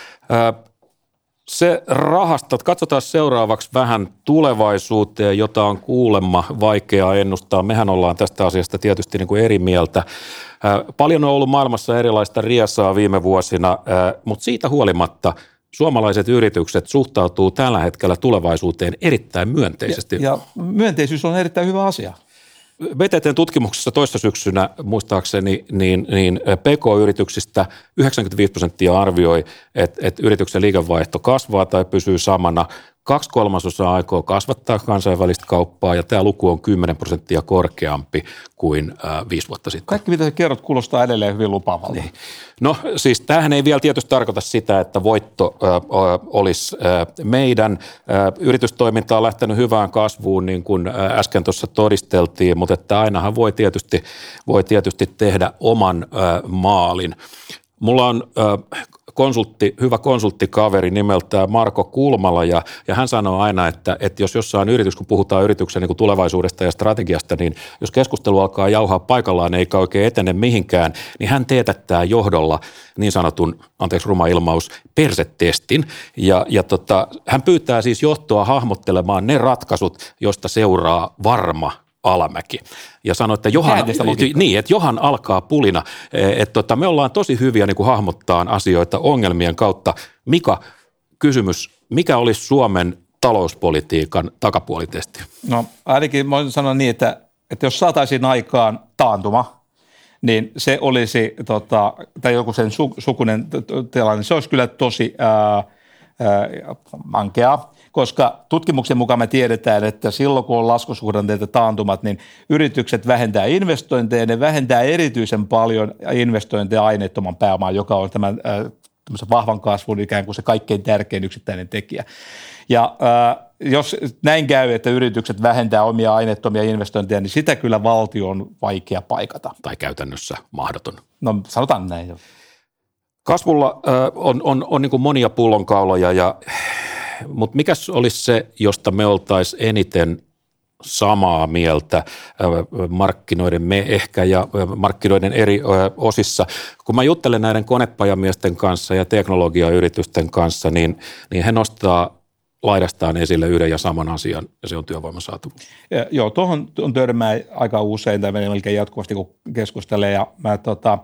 Se rahastat. Katsotaan seuraavaksi vähän tulevaisuuteen, jota on kuulemma vaikeaa ennustaa. Mehän ollaan tästä asiasta tietysti niin kuin eri mieltä. Paljon on ollut maailmassa erilaista riesaa viime vuosina, mutta siitä huolimatta suomalaiset yritykset suhtautuu tällä hetkellä tulevaisuuteen erittäin myönteisesti. Ja, ja myönteisyys on erittäin hyvä asia. V T T:n tutkimuksessa toissa syksynä muistaakseni niin, niin P K-yrityksistä yhdeksänkymmentäviisi prosenttia arvioi, että, että yrityksen liikevaihto kasvaa tai pysyy samana. kaksi kolmasosaa aikoo kasvattaa kansainvälistä kauppaa ja tämä luku on kymmenen prosenttia korkeampi kuin äh, viisi vuotta sitten. Kaikki mitä kerrot kuulostaa edelleen hyvin lupaavalta. Niin. No siis tämähän ei vielä tietysti tarkoita sitä, että voitto äh, olisi äh, meidän. Äh, yritystoiminta on lähtenyt hyvään kasvuun niin kuin äh, äsken tuossa todisteltiin, mutta että ainahan voi tietysti, voi tietysti tehdä oman äh, maalin. Mulla on äh, konsultti, hyvä konsulttikaveri nimeltään Marko Kulmala ja, ja hän sanoo aina, että, että jos jossain yritys, kun puhutaan yrityksen niin kuin tulevaisuudesta ja strategiasta, niin jos keskustelu alkaa jauhaa paikallaan eikä oikein etene mihinkään, niin hän teetättää johdolla niin sanotun, anteeksi ruma ilmaus, persetestin ja, ja tota, hän pyytää siis johtoa hahmottelemaan ne ratkaisut, joista seuraa varma alamäki. Ja sanoi, että Johan, niin, että Johan alkaa pulina. Että tota, me ollaan tosi hyviä niin kuin hahmottaa asioita ongelmien kautta. Mika, kysymys, mikä olisi Suomen talouspolitiikan takapuolitesti? No ainakin voin sanoa niin, että, että jos saataisiin aikaan taantuma, niin se olisi, tota, tai joku sen su, sukunen tilanne, se olisi kyllä tosi ää, ää, mankeaa. Koska tutkimuksen mukaan me tiedetään, että silloin kun on laskusuhdanteet ja taantumat, niin yritykset vähentää investointeja, ne vähentää erityisen paljon investointeja aineettoman pääomaan, joka on tämän äh, vahvan kasvun ikään kuin se kaikkein tärkein yksittäinen tekijä. Ja äh, jos näin käy, että yritykset vähentää omia aineettomia investointeja, niin sitä kyllä valtio on vaikea paikata. Tai käytännössä mahdoton. No sanotaan näin jo. Kasvulla äh, on, on, on niin kuin monia pullonkauloja ja mutta mikäs olisi se, josta me oltaisiin eniten samaa mieltä markkinoiden me ehkä ja markkinoiden eri osissa? Kun mä juttelen näiden konepajamiesten kanssa ja teknologiayritysten kanssa, niin, niin he nostaa laidastaan esille yhden ja saman asian, ja se on työvoiman saatavuus. Ja, joo, tuohon on törmää aika usein, tai melkein jatkuvasti, kun keskustelee, ja mä tota,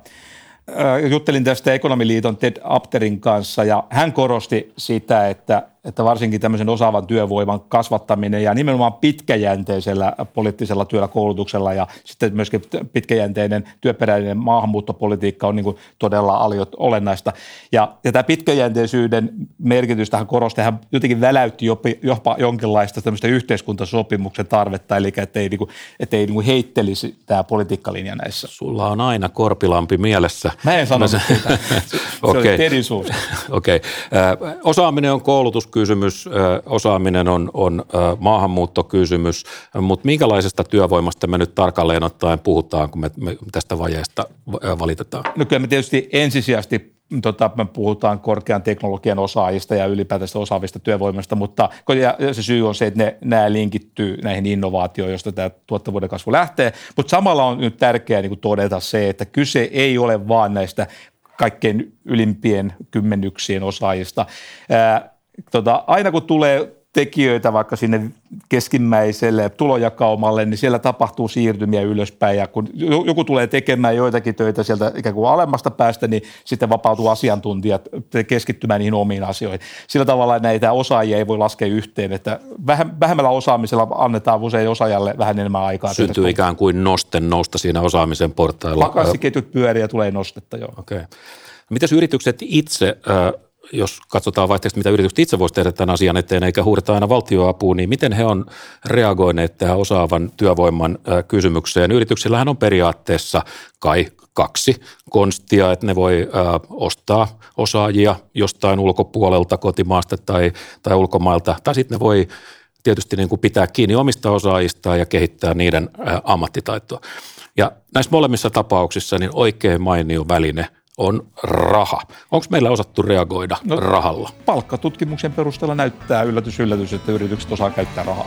juttelin tästä Ekonomiliiton Ted Apterin kanssa, ja hän korosti sitä, että, että varsinkin tämmöisen osaavan työvoiman kasvattaminen ja nimenomaan pitkäjänteisellä poliittisella työllä, koulutuksella ja sitten myöskin pitkäjänteinen työperäinen maahanmuuttopolitiikka on niin kuin todella olennaista. Ja, ja tämä pitkäjänteisyyden merkitystä hän korosti, hän jotenkin väläytti jopa, jopa jonkinlaista tämmöistä yhteiskuntasopimuksen tarvetta, eli ettei, niin kuin, ettei niin kuin heittelisi tämä politiikkalinja näissä. Sulla on aina korpilampi mielessä. Mä en sanonut sitä. Se okay. oli Tedin suus. Okei. Okay. Osaaminen on koulutuskysymys, osaaminen on, on maahanmuuttokysymys, mutta minkälaisesta työvoimasta me nyt tarkalleen ottaen puhutaan, kun me, me tästä vajeesta valitetaan? No kyllä me tietysti ensisijaisesti tota, me puhutaan korkean teknologian osaajista ja ylipäätänsä osaavista työvoimasta, mutta se syy on se, että ne, nämä linkittyy näihin innovaatioihin, joista tämä tuottavuuden kasvu lähtee, mutta samalla on nyt tärkeää niin kuin todeta se, että kyse ei ole vaan näistä kaikkein ylimpien kymmenyksien osaajista. Ää, tota, aina kun tulee tekijöitä vaikka sinne keskimmäiselle tulojakaumalle, niin siellä tapahtuu siirtymiä ylöspäin, ja kun joku tulee tekemään joitakin töitä sieltä ikään kuin alemmasta päästä, niin sitten vapautuu asiantuntijat keskittymään niihin omiin asioihin. Sillä tavalla näitä osaajia ei voi laskea yhteen, että vähemmällä osaamisella annetaan usein osaajalle vähän enemmän aikaa. Syntyy ikään kuin nosten nousta siinä osaamisen portailla. Pakassiketjut pyörii ja tulee nostetta, joo. Okei. Okay. Mitäs yritykset itse, jos katsotaan vaihteeksi, mitä yritykset itse voisivat tehdä tämän asian eteen, eikä huudeta aina valtioapuun, niin miten he on reagoineet tähän osaavan työvoiman kysymykseen? Yrityksillähän on periaatteessa kai kaksi konstia, että ne voi ostaa osaajia jostain ulkopuolelta, kotimaasta tai, tai ulkomailta, tai sitten ne voi tietysti niin kuin pitää kiinni omista osaajistaan ja kehittää niiden ammattitaitoa. Ja näissä molemmissa tapauksissa niin oikein mainio väline on raha. Onko meillä osattu reagoida no, rahalla? Palkkatutkimuksen perusteella näyttää yllätys yllätys, että yritykset osaa käyttää rahaa.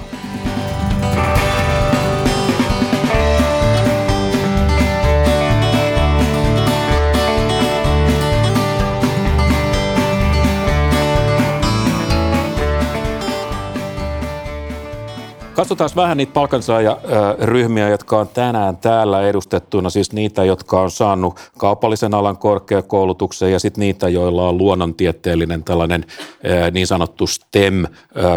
Katsotaan vähän niitä palkansaajaryhmiä, jotka on tänään täällä edustettuina, siis niitä, jotka on saanut kaupallisen alan korkeakoulutuksen ja sitten niitä, joilla on luonnontieteellinen tällainen niin sanottu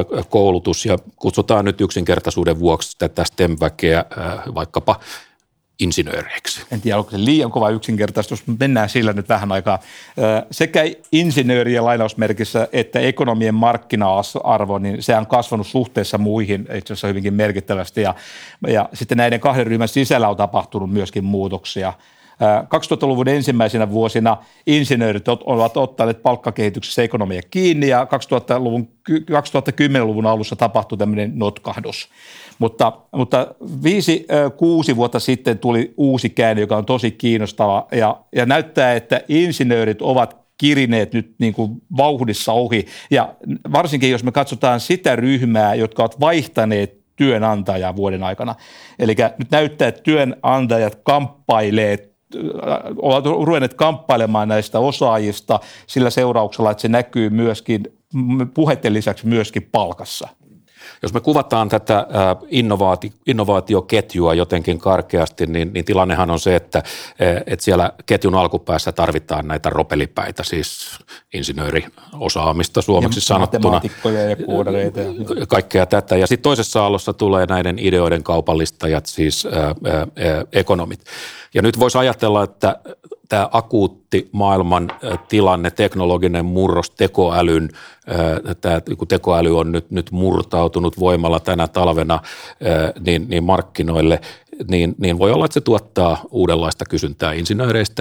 STEM-koulutus ja kutsutaan nyt yksinkertaisuuden vuoksi tätä STEM-väkeä vaikkapa insinööreiksi? En tiedä, onko se liian kova yksinkertaistus, mutta mennään sillä nyt vähän aikaa. Sekä insinöörien lainausmerkissä että ekonomien markkina-arvo, niin se on kasvanut suhteessa muihin itse asiassa hyvinkin merkittävästi. Ja, ja sitten näiden kahden ryhmän sisällä on tapahtunut myöskin muutoksia. kaksituhattaluvun ensimmäisinä vuosina insinöörit ovat ottaneet palkkakehityksessä ekonomia kiinni ja kaksituhattaluvun, kaksituhattakymmenluvun alussa tapahtui tämmöinen notkahdus. Mutta, mutta viisi, kuusi vuotta sitten tuli uusi käänne, joka on tosi kiinnostava ja, ja näyttää, että insinöörit ovat kirineet nyt niin kuin vauhdissa ohi ja varsinkin jos me katsotaan sitä ryhmää, jotka ovat vaihtaneet työnantajaa vuoden aikana. Eli nyt näyttää, että työnantajat kamppailee ovat ruvenneet kamppailemaan näistä osaajista sillä seurauksella, että se näkyy myöskin puheiden lisäksi myöskin palkassa. Jos me kuvataan tätä innovaati, innovaatioketjua jotenkin karkeasti, niin, niin tilannehan on se, että, että siellä ketjun alkupäässä tarvitaan näitä ropelipäitä, siis insinööriosaamista suomeksi ja sanottuna. Matemaatikkoja ja koodareita. Ja kaikkea tätä. Ja sitten toisessa aallossa tulee näiden ideoiden kaupallistajat, siis ää, ää, ekonomit. Ja nyt voisi ajatella, että tämä akuutti maailman tilanne, teknologinen murros, tekoälyn, tämä tekoäly on nyt, nyt murtautunut voimalla tänä talvena niin, niin markkinoille, niin, niin voi olla, että se tuottaa uudenlaista kysyntää insinööreistä,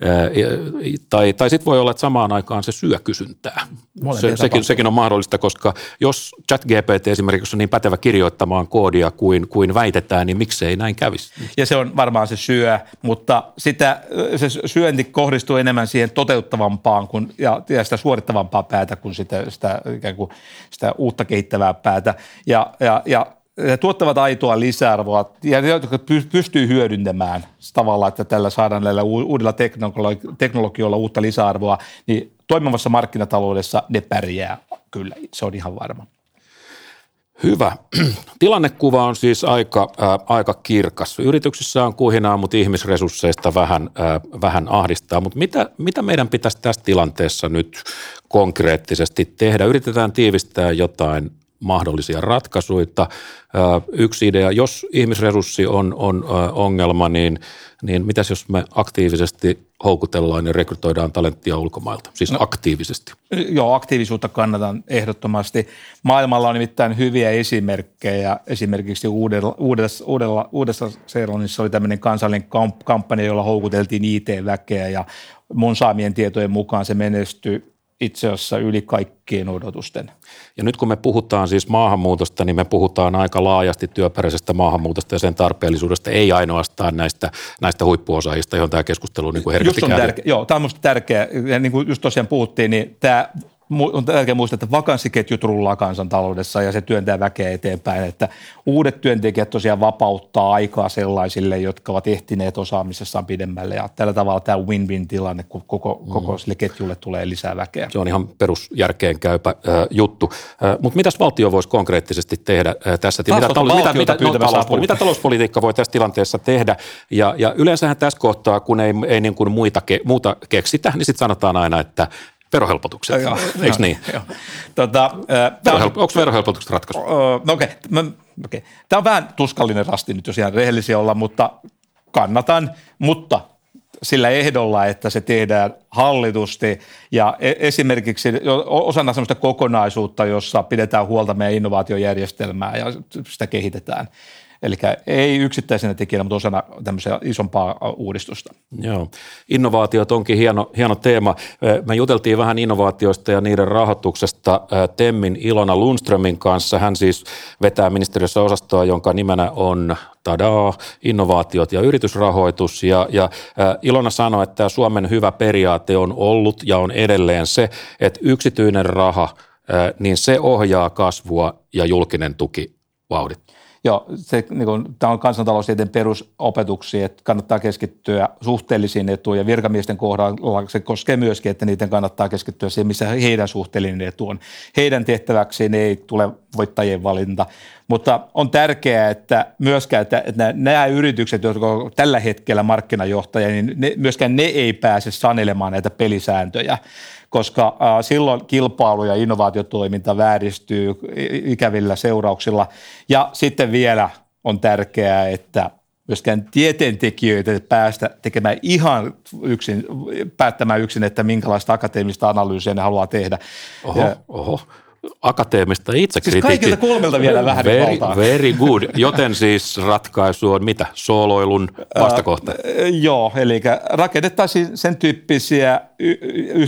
tai, tai sitten voi olla, että samaan aikaan se syö kysyntää. Se, sekin, sekin on mahdollista, koska jos ChatGPT esimerkiksi on niin pätevä kirjoittamaan koodia kuin, kuin väitetään, niin miksei näin kävisi? Ja se on varmaan se syö, mutta sitä, se syönti kohdistuu enemmän siihen toteuttavampaan kuin, ja, ja sitä suorittavampaa päätä kuin sitä, sitä, ikään kuin sitä uutta kehittävää päätä. Ja, ja, ja he tuottavat aitoa lisäarvoa ja jotka pystyy hyödyntämään tavallaan, että tällä saadaan näillä uudella teknologioilla uutta lisäarvoa, niin toimivassa markkinataloudessa ne pärjää kyllä, se on ihan varma. Hyvä. Tilannekuva on siis aika, äh, aika kirkas. Yrityksissä on kuhinaa, mutta ihmisresursseista vähän, äh, vähän ahdistaa. Mutta mitä, mitä meidän pitäisi tässä tilanteessa nyt konkreettisesti tehdä? Yritetään tiivistää jotain mahdollisia ratkaisuja. Yksi idea, jos ihmisresurssi on, on ongelma, niin, niin mitäs jos me aktiivisesti houkutellaan ja rekrytoidaan talenttia ulkomailta, siis no, aktiivisesti? Joo, aktiivisuutta kannatan ehdottomasti. Maailmalla on nimittäin hyviä esimerkkejä. Esimerkiksi uudella, uudessa, uudella, uudessa Seelannissa oli tämmöinen kansallinen kamp- kampanja, jolla houkuteltiin I T-väkeä ja mun saamien tietojen mukaan se menestyi itse asiassa yli kaikkien odotusten. Ja nyt kun me puhutaan siis maahanmuutosta, niin me puhutaan aika laajasti työperäisestä maahanmuutosta ja sen tarpeellisuudesta, ei ainoastaan näistä, näistä huippuosaajista, johon tämä keskustelu niin kuin herkästi käy. Tärkeä, joo, tämä on minusta tärkeää. Ja niin kuin just tosiaan puhuttiin, niin tämä on tärkeää muistaa, että vakanssiketjut rullaa kansantaloudessa ja se työntää väkeä eteenpäin, että uudet työntekijät tosiaan vapauttaa aikaa sellaisille, jotka ovat ehtineet osaamisessaan pidemmälle ja tällä tavalla tämä win-win-tilanne, kun koko, mm. koko sille ketjulle tulee lisää väkeä. Se on ihan perusjärkeen käypä äh, juttu. Äh, mutta mitäs valtio voisi konkreettisesti tehdä äh, tässä? Mitä, talo- mitä, mitä, no, talouspoli- mitä talouspolitiikka voi tässä tilanteessa tehdä? Ja, ja yleensähän tässä kohtaa, kun ei, ei niin kuin muita ke, muuta keksitä, niin sitten sanotaan aina, että verohelpotukset, joo, eikö niin? Joo. Tota, Verohelp- onko verohelpotukset ratkaisu? No okei, okay. okay. Tämä on vähän tuskallinen rasti nyt, jos ihan rehellisiä olla, mutta kannatan, mutta sillä ehdolla, että se tehdään hallitusti ja esimerkiksi osana sellaista kokonaisuutta, jossa pidetään huolta meidän innovaatiojärjestelmää ja sitä kehitetään. Eli ei yksittäisenä tekijänä, mutta osana tämmöisiä isompaa uudistusta. Joo. Innovaatiot onkin hieno, hieno teema. Me juteltiin vähän innovaatioista ja niiden rahoituksesta Temmin Ilona Lundströmin kanssa. Hän siis vetää ministeriössä osastoa, jonka nimenä on tadaa, innovaatiot ja yritysrahoitus. Ja, ja Ilona sanoi, että Suomen hyvä periaate on ollut ja on edelleen se, että yksityinen raha, niin se ohjaa kasvua ja julkinen tuki vauhdittaa. Joo, se, niin kuin, tämä on kansantaloustieteen perusopetuksia, että kannattaa keskittyä suhteellisiin etuun ja virkamiesten kohdalla se koskee myöskin, että niiden kannattaa keskittyä siihen, missä heidän suhteellinen etu on. Heidän tehtäväksiin ei tule voittajien valinta, mutta on tärkeää, että myöskään että, että nämä yritykset, jotka ovat tällä hetkellä markkinajohtajia, niin ne, myöskään ne ei pääse sanelemaan näitä pelisääntöjä, koska äh, silloin kilpailu ja innovaatiotoiminta vääristyy ikävillä seurauksilla. Ja sitten vielä on tärkeää, että myöskään tieteentekijöitä päästä tekemään ihan yksin, päättämään yksin, että minkälaista akateemista analyysiä ne haluaa tehdä. Oho, ja, oho. Akateemista itsekritiikki. Siis kaikilta kolmelta vielä vähän very, valtaa. Very good. Joten siis ratkaisu on mitä? Sooloilun vastakohta? Äh, joo, eli rakennettaisiin sen tyyppisiä y-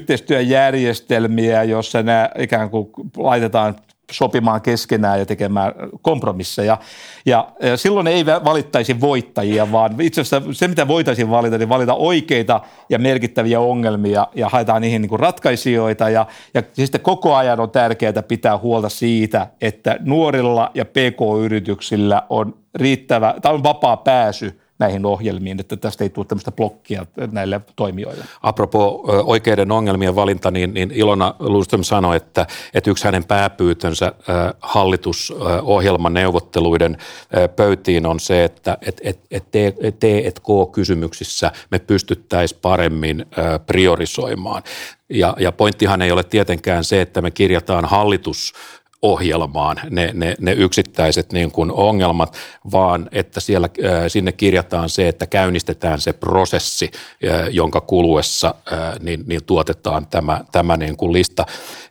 yhteistyöjärjestelmiä, jossa nämä ikään kuin laitetaan sopimaan keskenään ja tekemään kompromisseja. Ja, ja silloin ei valittaisi voittajia, vaan itse asiassa se, mitä voitaisiin valita, niin valita oikeita ja merkittäviä ongelmia ja haetaan niihin niin kuin ratkaisijoita. Ja, ja sitten koko ajan on tärkeää pitää huolta siitä, että nuorilla ja P K-yrityksillä on riittävä, tai on vapaa pääsy näihin ohjelmiin, että tästä ei tule tämmöistä blokkia näille toimijoille. Apropos oikeiden ongelmien valinta, niin, niin Ilona Lundström sanoi, että, että yksi hänen pääpyytönsä hallitusohjelman neuvotteluiden pöytiin on se, että et, et, et T et K-kysymyksissä me pystyttäisiin paremmin priorisoimaan. Ja, ja pointtihan ei ole tietenkään se, että me kirjataan hallitus ohjelmaan ne, ne, ne yksittäiset niin kuin ongelmat, vaan että siellä, sinne kirjataan se, että käynnistetään se prosessi, jonka kuluessa niin, niin tuotetaan tämä, tämä niin kuin lista.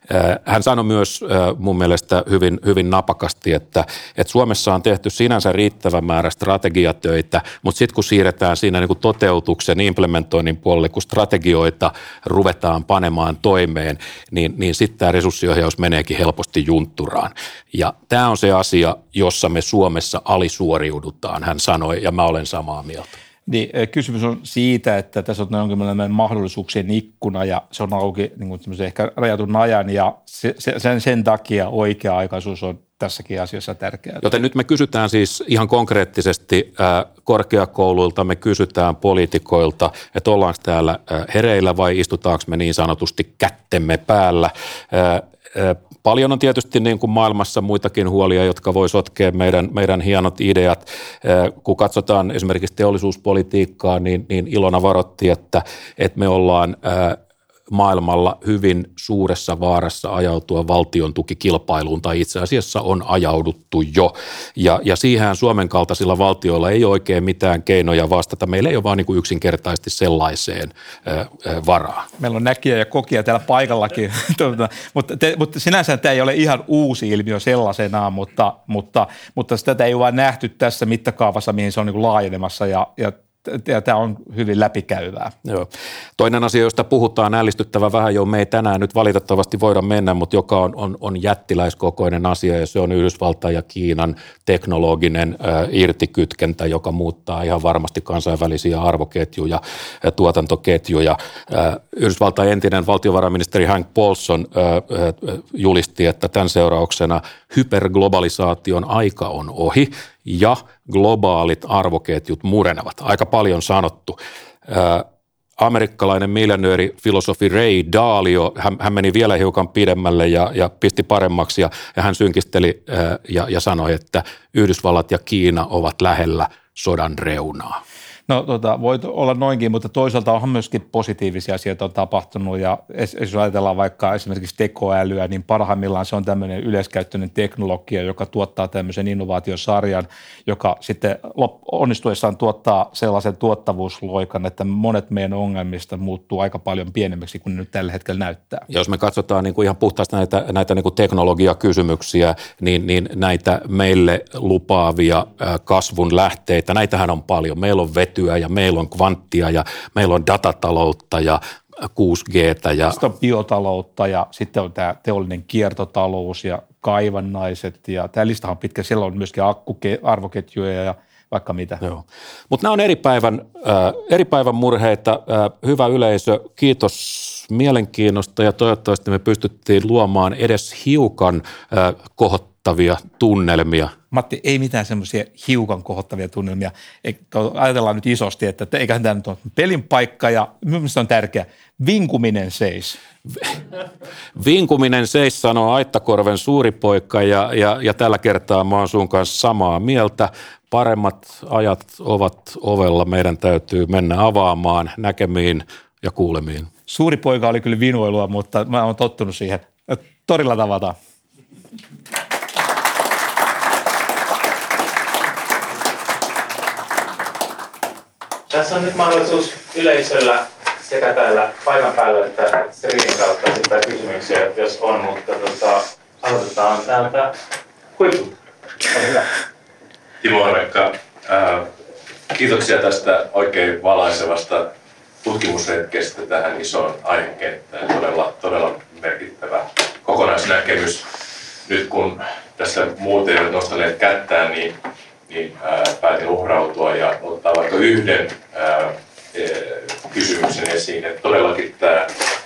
Hän sanoi myös mun mielestä hyvin, hyvin napakasti, että, että Suomessa on tehty sinänsä riittävä määrä strategiatöitä, mutta sitten kun siirretään siinä niin kuin toteutuksen, implementoinnin puolelle, kun strategioita ruvetaan panemaan toimeen, niin, niin sitten tämä resurssiohjaus meneekin helposti juntturaan. Ja tämä on se asia, jossa me Suomessa alisuoriudutaan, hän sanoi, ja mä olen samaa mieltä. Niin, kysymys on siitä, että tässä on jonkinlainen mahdollisuuksien ikkuna ja se on auki niin kuin ehkä rajatun ajan ja se, sen, sen takia oikea-aikaisuus on tässäkin asiassa tärkeää. Joten nyt me kysytään siis ihan konkreettisesti äh, korkeakouluilta, me kysytään poliitikoilta, että ollaanko täällä äh, hereillä vai istutaanko me niin sanotusti kättemme päällä. Äh, äh, Paljon on tietysti niin kuin maailmassa muitakin huolia, jotka voi sotkea meidän, meidän hienot ideat. Kun katsotaan esimerkiksi teollisuuspolitiikkaa, niin, niin Ilona varoitti, että, että me ollaan maailmalla hyvin suuressa vaarassa ajautua valtion tukikilpailuun, tai itse asiassa on ajauduttu jo. Ja, ja siihen Suomen kaltaisilla valtioilla ei ole oikein mitään keinoja vastata. Meillä ei ole vaan niin kuin yksinkertaisesti sellaiseen ö, ö, varaa. Meillä on näkijä ja kokija täällä paikallakin, mutta, te, mutta sinänsä tämä ei ole ihan uusi ilmiö sellaisenaan, mutta, mutta, mutta tätä ei ole vain nähty tässä mittakaavassa, mihin se on niin kuin laajenemassa ja, ja ja tämä on hyvin läpikäyvää. Joo. Toinen asia, josta puhutaan ällistyttävän vähän, jo me ei tänään nyt valitettavasti voida mennä, mutta joka on, on, on jättiläiskokoinen asia, ja se on Yhdysvaltain ja Kiinan teknologinen äh, irtikytkentä, joka muuttaa ihan varmasti kansainvälisiä arvoketjuja ja tuotantoketjuja. Äh, Yhdysvaltain entinen valtiovarainministeri Hank Paulson äh, äh, julisti, että tämän seurauksena hyperglobalisaation aika on ohi, ja globaalit arvoketjut murenevat. Aika paljon sanottu. Ää, amerikkalainen miljonööri, filosofi Ray Dalio, hän, hän meni vielä hiukan pidemmälle ja, ja pisti paremmaksi ja, ja hän synkisteli ää, ja, ja sanoi, että Yhdysvallat ja Kiina ovat lähellä sodan reunaa. No tota, voi olla noinkin, mutta toisaalta onhan myöskin positiivisia asioita on tapahtunut ja jos ajatellaan vaikka esimerkiksi tekoälyä, niin parhaimmillaan se on tämmöinen yleiskäyttöinen teknologia, joka tuottaa tämmöisen innovaatiosarjan, joka sitten onnistuessaan tuottaa sellaisen tuottavuusloikan, että monet meidän ongelmista muuttuu aika paljon pienemmiksi kuin ne nyt tällä hetkellä näyttää. Jos me katsotaan niin kuin ihan puhtaasti näitä, näitä niin kuin teknologiakysymyksiä, niin, niin näitä meille lupaavia kasvun lähteitä, näitähän on paljon. Meillä on vety ja meillä on kvanttia ja meillä on datataloutta ja kuusi G:tä. Ja sitten on biotaloutta ja sitten on tämä teollinen kiertotalous ja kaivannaiset ja tämä listahan on pitkä. Siellä on myöskin akkuarvoketjuja ja vaikka mitä. Mutta nämä on eri päivän, äh, eri päivän murheita. Äh, hyvä yleisö, kiitos mielenkiinnosta ja toivottavasti me pystyttiin luomaan edes hiukan äh, kohottavia tunnelmia. Matti, ei mitään semmoisia hiukan kohottavia tunnelmia. Ajatellaan nyt isosti, että eiköhän tämä nyt ole pelin paikka ja mielestäni on tärkeä. Vinkuminen seis. Vinkuminen seis, sanoo Aittakorven suuri poika ja, ja, ja tällä kertaa mä oon sun kanssa samaa mieltä. Paremmat ajat ovat ovella. Meidän täytyy mennä avaamaan näkemiin ja kuulemiin. Suuri poika oli kyllä vinuilua, mutta mä oon tottunut siihen. Torilla tavataan. Tässä on nyt mahdollisuus yleisöllä sekä täällä paikan päällä että streamin kautta esittää kysymyksiä, jos on, mutta tota, aloitetaan täältä huipulta. On hyvä. Timo Harakka, ää, kiitoksia tästä oikein valaisevasta tutkimusretkestä tähän isoon aihekenttään. Todella, todella merkittävä kokonaisnäkemys. Nyt kun tässä muut eivät nostaneet kättään, niin, niin ää, päätin uhrautua ja ottaa vaikka yhden ää, kysymyksen esiin. Että todellakin tämä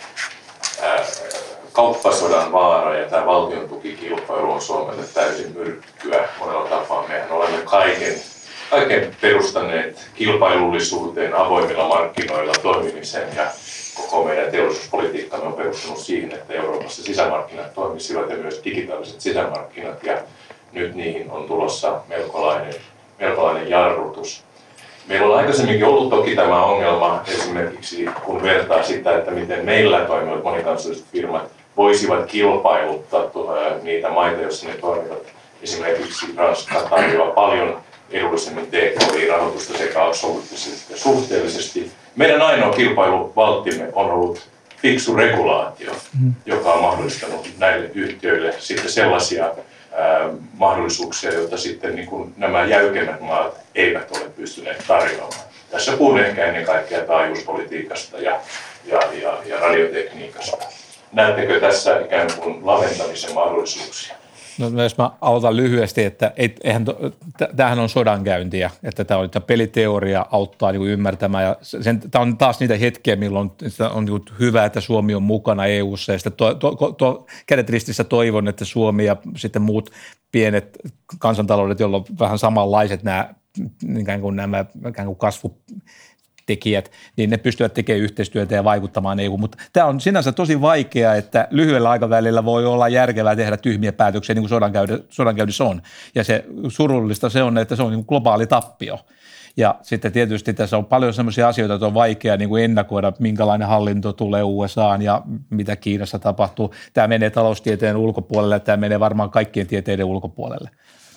ää, kauppasodan vaara ja tämä valtion tukikilpailu on Suomelle täysin myrkkyä monella tapaa. Mehän olemme kaiken, kaiken perustaneet kilpailullisuuteen, avoimilla markkinoilla toimimiseen ja koko meidän teollisuuspolitiikkamme on perustunut siihen, että Euroopassa sisämarkkinat toimisivat ja myös digitaaliset sisämarkkinat ja nyt niihin on tulossa melkolainen, melkolainen jarrutus. Meillä on aikaisemminkin ollut toki tämä ongelma esimerkiksi kun vertaa sitä, että miten meillä toimivat monikansalliset firmat voisivat kilpailuttaa niitä maita, joissa ne toimivat. Esimerkiksi Ranska tarjoaa paljon edullisemmin T K I-rahoitusta sekä absoluuttisesti että suhteellisesti. Meidän ainoa kilpailuvalttimme on ollut fiksu regulaatio, mm. joka on mahdollistanut näille yhtiöille sitten sellaisia ää, mahdollisuuksia, joita sitten niin kuin nämä jäykemmät maat eivät ole pystyneet tarjoamaan. Tässä puhun ehkä ennen kaikkea taajuuspolitiikasta ja, ja, ja, ja radiotekniikasta. Näettekö tässä ikään kuin laventamisen mahdollisuuksia? No jos mä aloitan lyhyesti, että eihän to, tämähän on sodankäyntiä, että tämä on, että peliteoria auttaa niin kuin ymmärtämään ja sen, tämä on taas niitä hetkiä, milloin on niin hyvä, että Suomi on mukana E U:ssa ja sitten to, to, to, kädet ristissä toivon, että Suomi ja sitten muut pienet kansantaloudet, joilla on vähän samanlaiset nämä, ikään kuin nämä ikään kuin kasvu tekijät, niin ne pystyvät tekemään yhteistyötä ja vaikuttamaan E U. Mutta tämä on sinänsä tosi vaikeaa, että lyhyellä aikavälillä voi olla järkevää tehdä tyhmiä päätöksiä, niin kuin sodankäynnissä on. Ja se surullista se on, että se on niin kuin globaali tappio. Ja sitten tietysti tässä on paljon sellaisia asioita, että on vaikea niin kuin ennakoida, minkälainen hallinto tulee U S A:aan ja mitä Kiinassa tapahtuu. Tämä menee taloustieteen ulkopuolelle, tämä menee varmaan kaikkien tieteiden ulkopuolelle.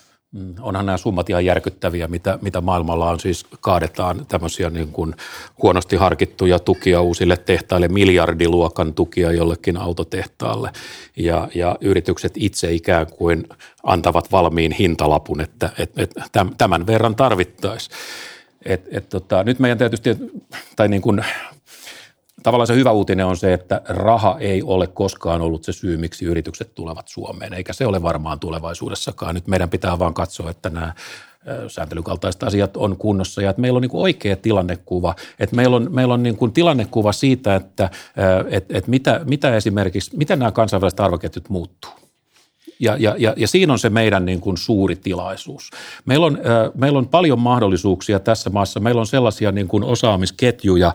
Onhan nämä summat ihan järkyttäviä, mitä, mitä maailmalla on, siis kaadetaan tämmöisiä niin kuin huonosti harkittuja tukia uusille tehtaille, miljardiluokan tukia jollekin autotehtaalle ja, ja yritykset itse ikään kuin antavat valmiin hintalapun, että et, et, tämän verran tarvittaisiin. Et, et, tota, nyt meidän tietysti, tai niin kuin tavallaan se hyvä uutinen on se, että raha ei ole koskaan ollut se syy, miksi yritykset tulevat Suomeen, eikä se ole varmaan tulevaisuudessakaan. Nyt meidän pitää vaan katsoa, että nämä sääntelykaltaiset asiat on kunnossa ja että meillä on niin kuin oikea tilannekuva, että meillä on, meillä on niin kuin tilannekuva siitä, että et, et mitä, mitä esimerkiksi, miten nämä kansainväliset arvoketjut muuttuu. Ja, ja, ja, ja siinä on se meidän niin kuin suuri tilaisuus. Meillä on, äh, meillä on paljon mahdollisuuksia tässä maassa. Meillä on sellaisia niin kuin osaamisketjuja, äh,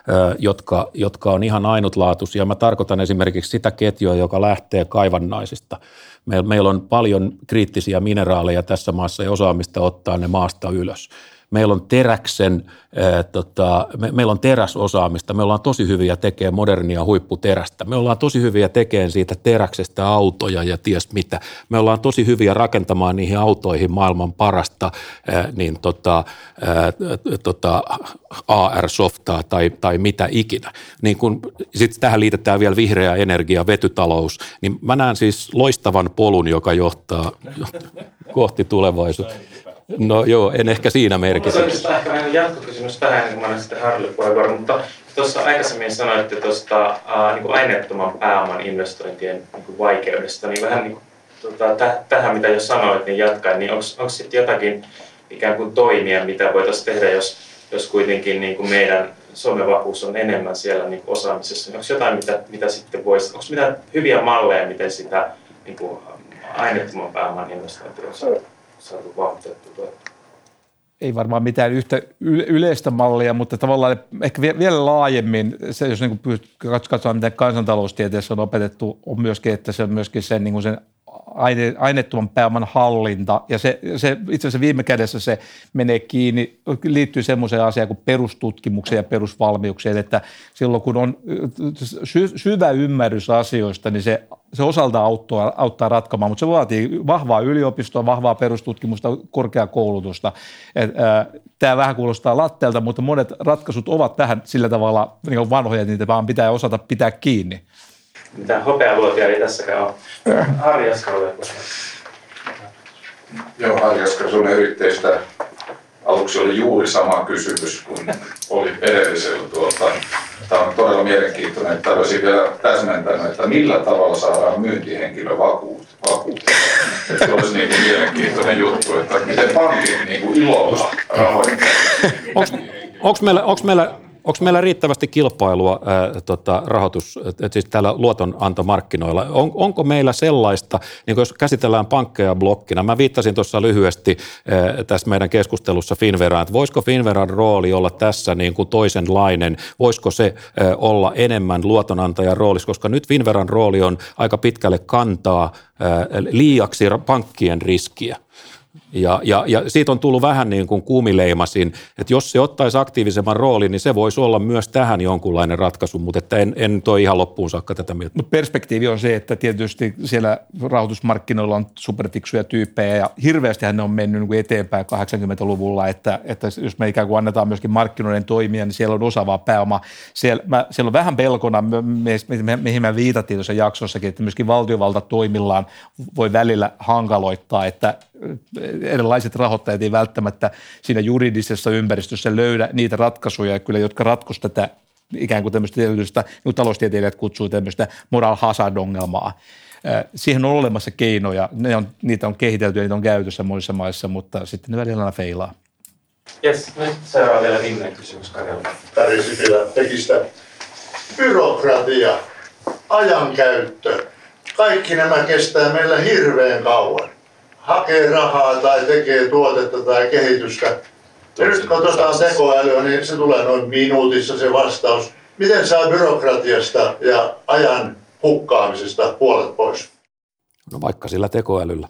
jotka, jotka on ihan ainutlaatuisia. Mä tarkoitan esimerkiksi sitä ketjua, joka lähtee kaivannaisista. Meillä, meillä on paljon kriittisiä mineraaleja tässä maassa ja osaamista ottaa ne maasta ylös. Meillä on teräksen, ää, tota, me, meillä on teräsosaamista, me ollaan tosi hyviä tekemään modernia huipputerästä, me ollaan tosi hyviä tekemään siitä teräksestä autoja ja ties mitä. Me ollaan tosi hyviä rakentamaan niihin autoihin maailman parasta ää, niin tota, ää, tota, A R-softaa tai, tai mitä ikinä. Niin kun sitten tähän liitetään vielä vihreä energia, vetytalous, niin mä näen siis loistavan polun, joka johtaa kohti tulevaisuutta. No joo, en ehkä siinä merkityksessä. Mulla on ehkä vähän jatkokysymys tähän, ennen kuin mä annan sitten Harrylle puheenvuoron, mutta tuossa aikaisemmin sanoitte tuosta äh, niin kuin aineettoman pääoman investointien niin kuin vaikeudesta, niin vähän niin kuin, tota, täh, tähän mitä jo sanoit, niin jatkaen, niin onko sitten jotakin ikään kuin toimia, mitä voitaisiin tehdä, jos, jos kuitenkin niin kuin meidän Suomen-vahvuus on enemmän siellä niin kuin osaamisessa, niin onko jotain, mitä, mitä sitten voisi, onko mitään hyviä malleja, miten sitä niin kuin aineettoman pääoman investointia on saatu? saatu vahvistettua. Ei varmaan mitään yhtä yleistä mallia, mutta tavallaan ehkä vielä laajemmin, se, jos niin katsotaan, mitä kansantaloustieteessä on opetettu, on myöskin, että se on myöskin sen, niin kuin sen aine, aineettoman pääoman hallinta, ja se, se itse asiassa viime kädessä se menee kiinni, liittyy semmoiseen asiaan kuin perustutkimukseen ja perusvalmiukseen, että silloin kun on sy, syvä ymmärrys asioista, niin se, se osaltaan auttaa, auttaa ratkomaan, mutta se vaatii vahvaa yliopistoa, vahvaa perustutkimusta, korkeakoulutusta. Tämä vähän kuulostaa latteelta, mutta monet ratkaisut ovat vähän sillä tavalla niin vanhoja, että niitä vaan pitää osata pitää kiinni. Mitään hopealuotia ei tässäkään ole. Harri Jaskara. Joo, Harri Jaskara, sun yrittäjistä aluksi oli juuri sama kysymys kuin oli edellisellä. Tuota, tämä on todella mielenkiintoinen, että olisin vielä täsmentänyt, että millä tavalla saadaan myyntihenkilö vakuutettua. Se olisi niin kuin mielenkiintoinen juttu, että miten pankit niin kuin ilolla rahoittaa. Onko meillä, onko meillä Onko meillä riittävästi kilpailua ää, tota, rahoitus, et siis täällä luotonantomarkkinoilla? On, onko meillä sellaista, niin jos käsitellään pankkeja blokkina, mä viittasin tuossa lyhyesti ää, tässä meidän keskustelussa Finnveraan, että voisiko Finnveran rooli olla tässä niin kuin toisenlainen, voisiko se ää, olla enemmän luotonantajan roolissa, koska nyt Finnveran rooli on aika pitkälle kantaa ää, liiaksi pankkien riskiä. Ja, ja, ja siitä on tullut vähän niin kuin kuumileimasin, että jos se ottaisi aktiivisemman roolin, niin se voisi olla myös tähän jonkunlainen ratkaisu, mutta että en, en toi ihan loppuun saakka tätä mieltä. Mutta perspektiivi on se, että tietysti siellä rahoitusmarkkinoilla on superfiksuja tyyppejä ja hirveästihän ne on mennyt niin eteenpäin kahdeksankymmentäluvulla, että, että jos me ikään kuin annetaan myöskin markkinoiden toimia, niin siellä on osaavaa pääomaa. Siellä, mä, siellä on vähän pelkona, me, me, mihin me viitattiin tuossa jaksossakin, että myöskin valtiovalta toimillaan voi välillä hankaloittaa, että erilaiset rahoittajat ei välttämättä siinä juridisessa ympäristössä löydä niitä ratkaisuja, kyllä, jotka ratkoisivat tätä ikään kuin tämmöistä tietystä, niin taloustieteilijät kutsuu tämmöistä moral hazard-ongelmaa. Siihen on olemassa keinoja, ne on, niitä on kehitelty ja niitä on käytössä monissa maissa, mutta sitten ne välillä aina feilaa. Jes, nyt seuraava vielä viimeinen kysymys Karjalla. Päri Sipilä Tekistä. Byrokratia, ajankäyttö, kaikki nämä kestää meillä hirveän kauan. Hakee rahaa tai tekee tuotetta tai kehitystä. Ja nyt kun otetaan tekoälyä, niin se tulee noin minuutissa se vastaus. Miten saa byrokratiasta ja ajan hukkaamisesta puolet pois? No vaikka sillä tekoälyllä.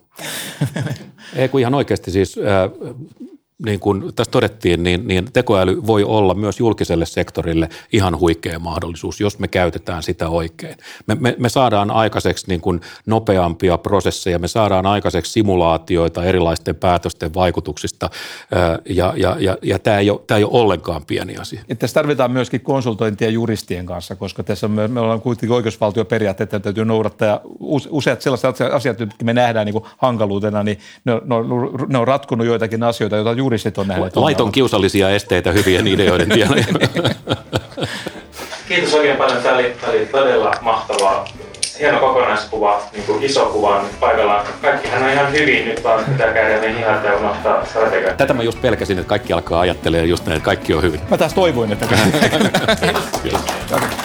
Ei kun ihan oikeasti siis, äh, niin kuin tässä todettiin, niin, niin tekoäly voi olla myös julkiselle sektorille ihan huikea mahdollisuus, jos me käytetään sitä oikein. Me, me, me saadaan aikaiseksi niin kuin nopeampia prosesseja, me saadaan aikaiseksi simulaatioita erilaisten päätösten vaikutuksista, äh, ja, ja, ja, ja tämä ei ole, tämä ei ole ollenkaan pieni asia. Ja tässä tarvitaan myöskin konsultointia juristien kanssa, koska tässä on, me ollaan kuitenkin oikeusvaltioperiaatteet, että täytyy noudattaa, ja useat sellaiset asiat, jotka me nähdään niin kuin hankaluutena, niin ne on, ne on ratkonut joitakin asioita, joita juristit on nähnyt. Laiton kiusallisia esteitä hyvien ideoiden tiellä. Kiitos oikein paljon. Tämä oli, tämä oli todella mahtavaa. Hieno kokonaiskuva, niin kuin iso kuva on nyt paikallaan. Kaikkihan on ihan hyvin. Nyt vaan pitää käydä meidän hihat ja unohtaa strategiaa. Tätä mä just pelkäsin, että kaikki alkaa ajattelemaan just näin, että kaikki on hyvin. Mä taas toivoin, että... Kiitos.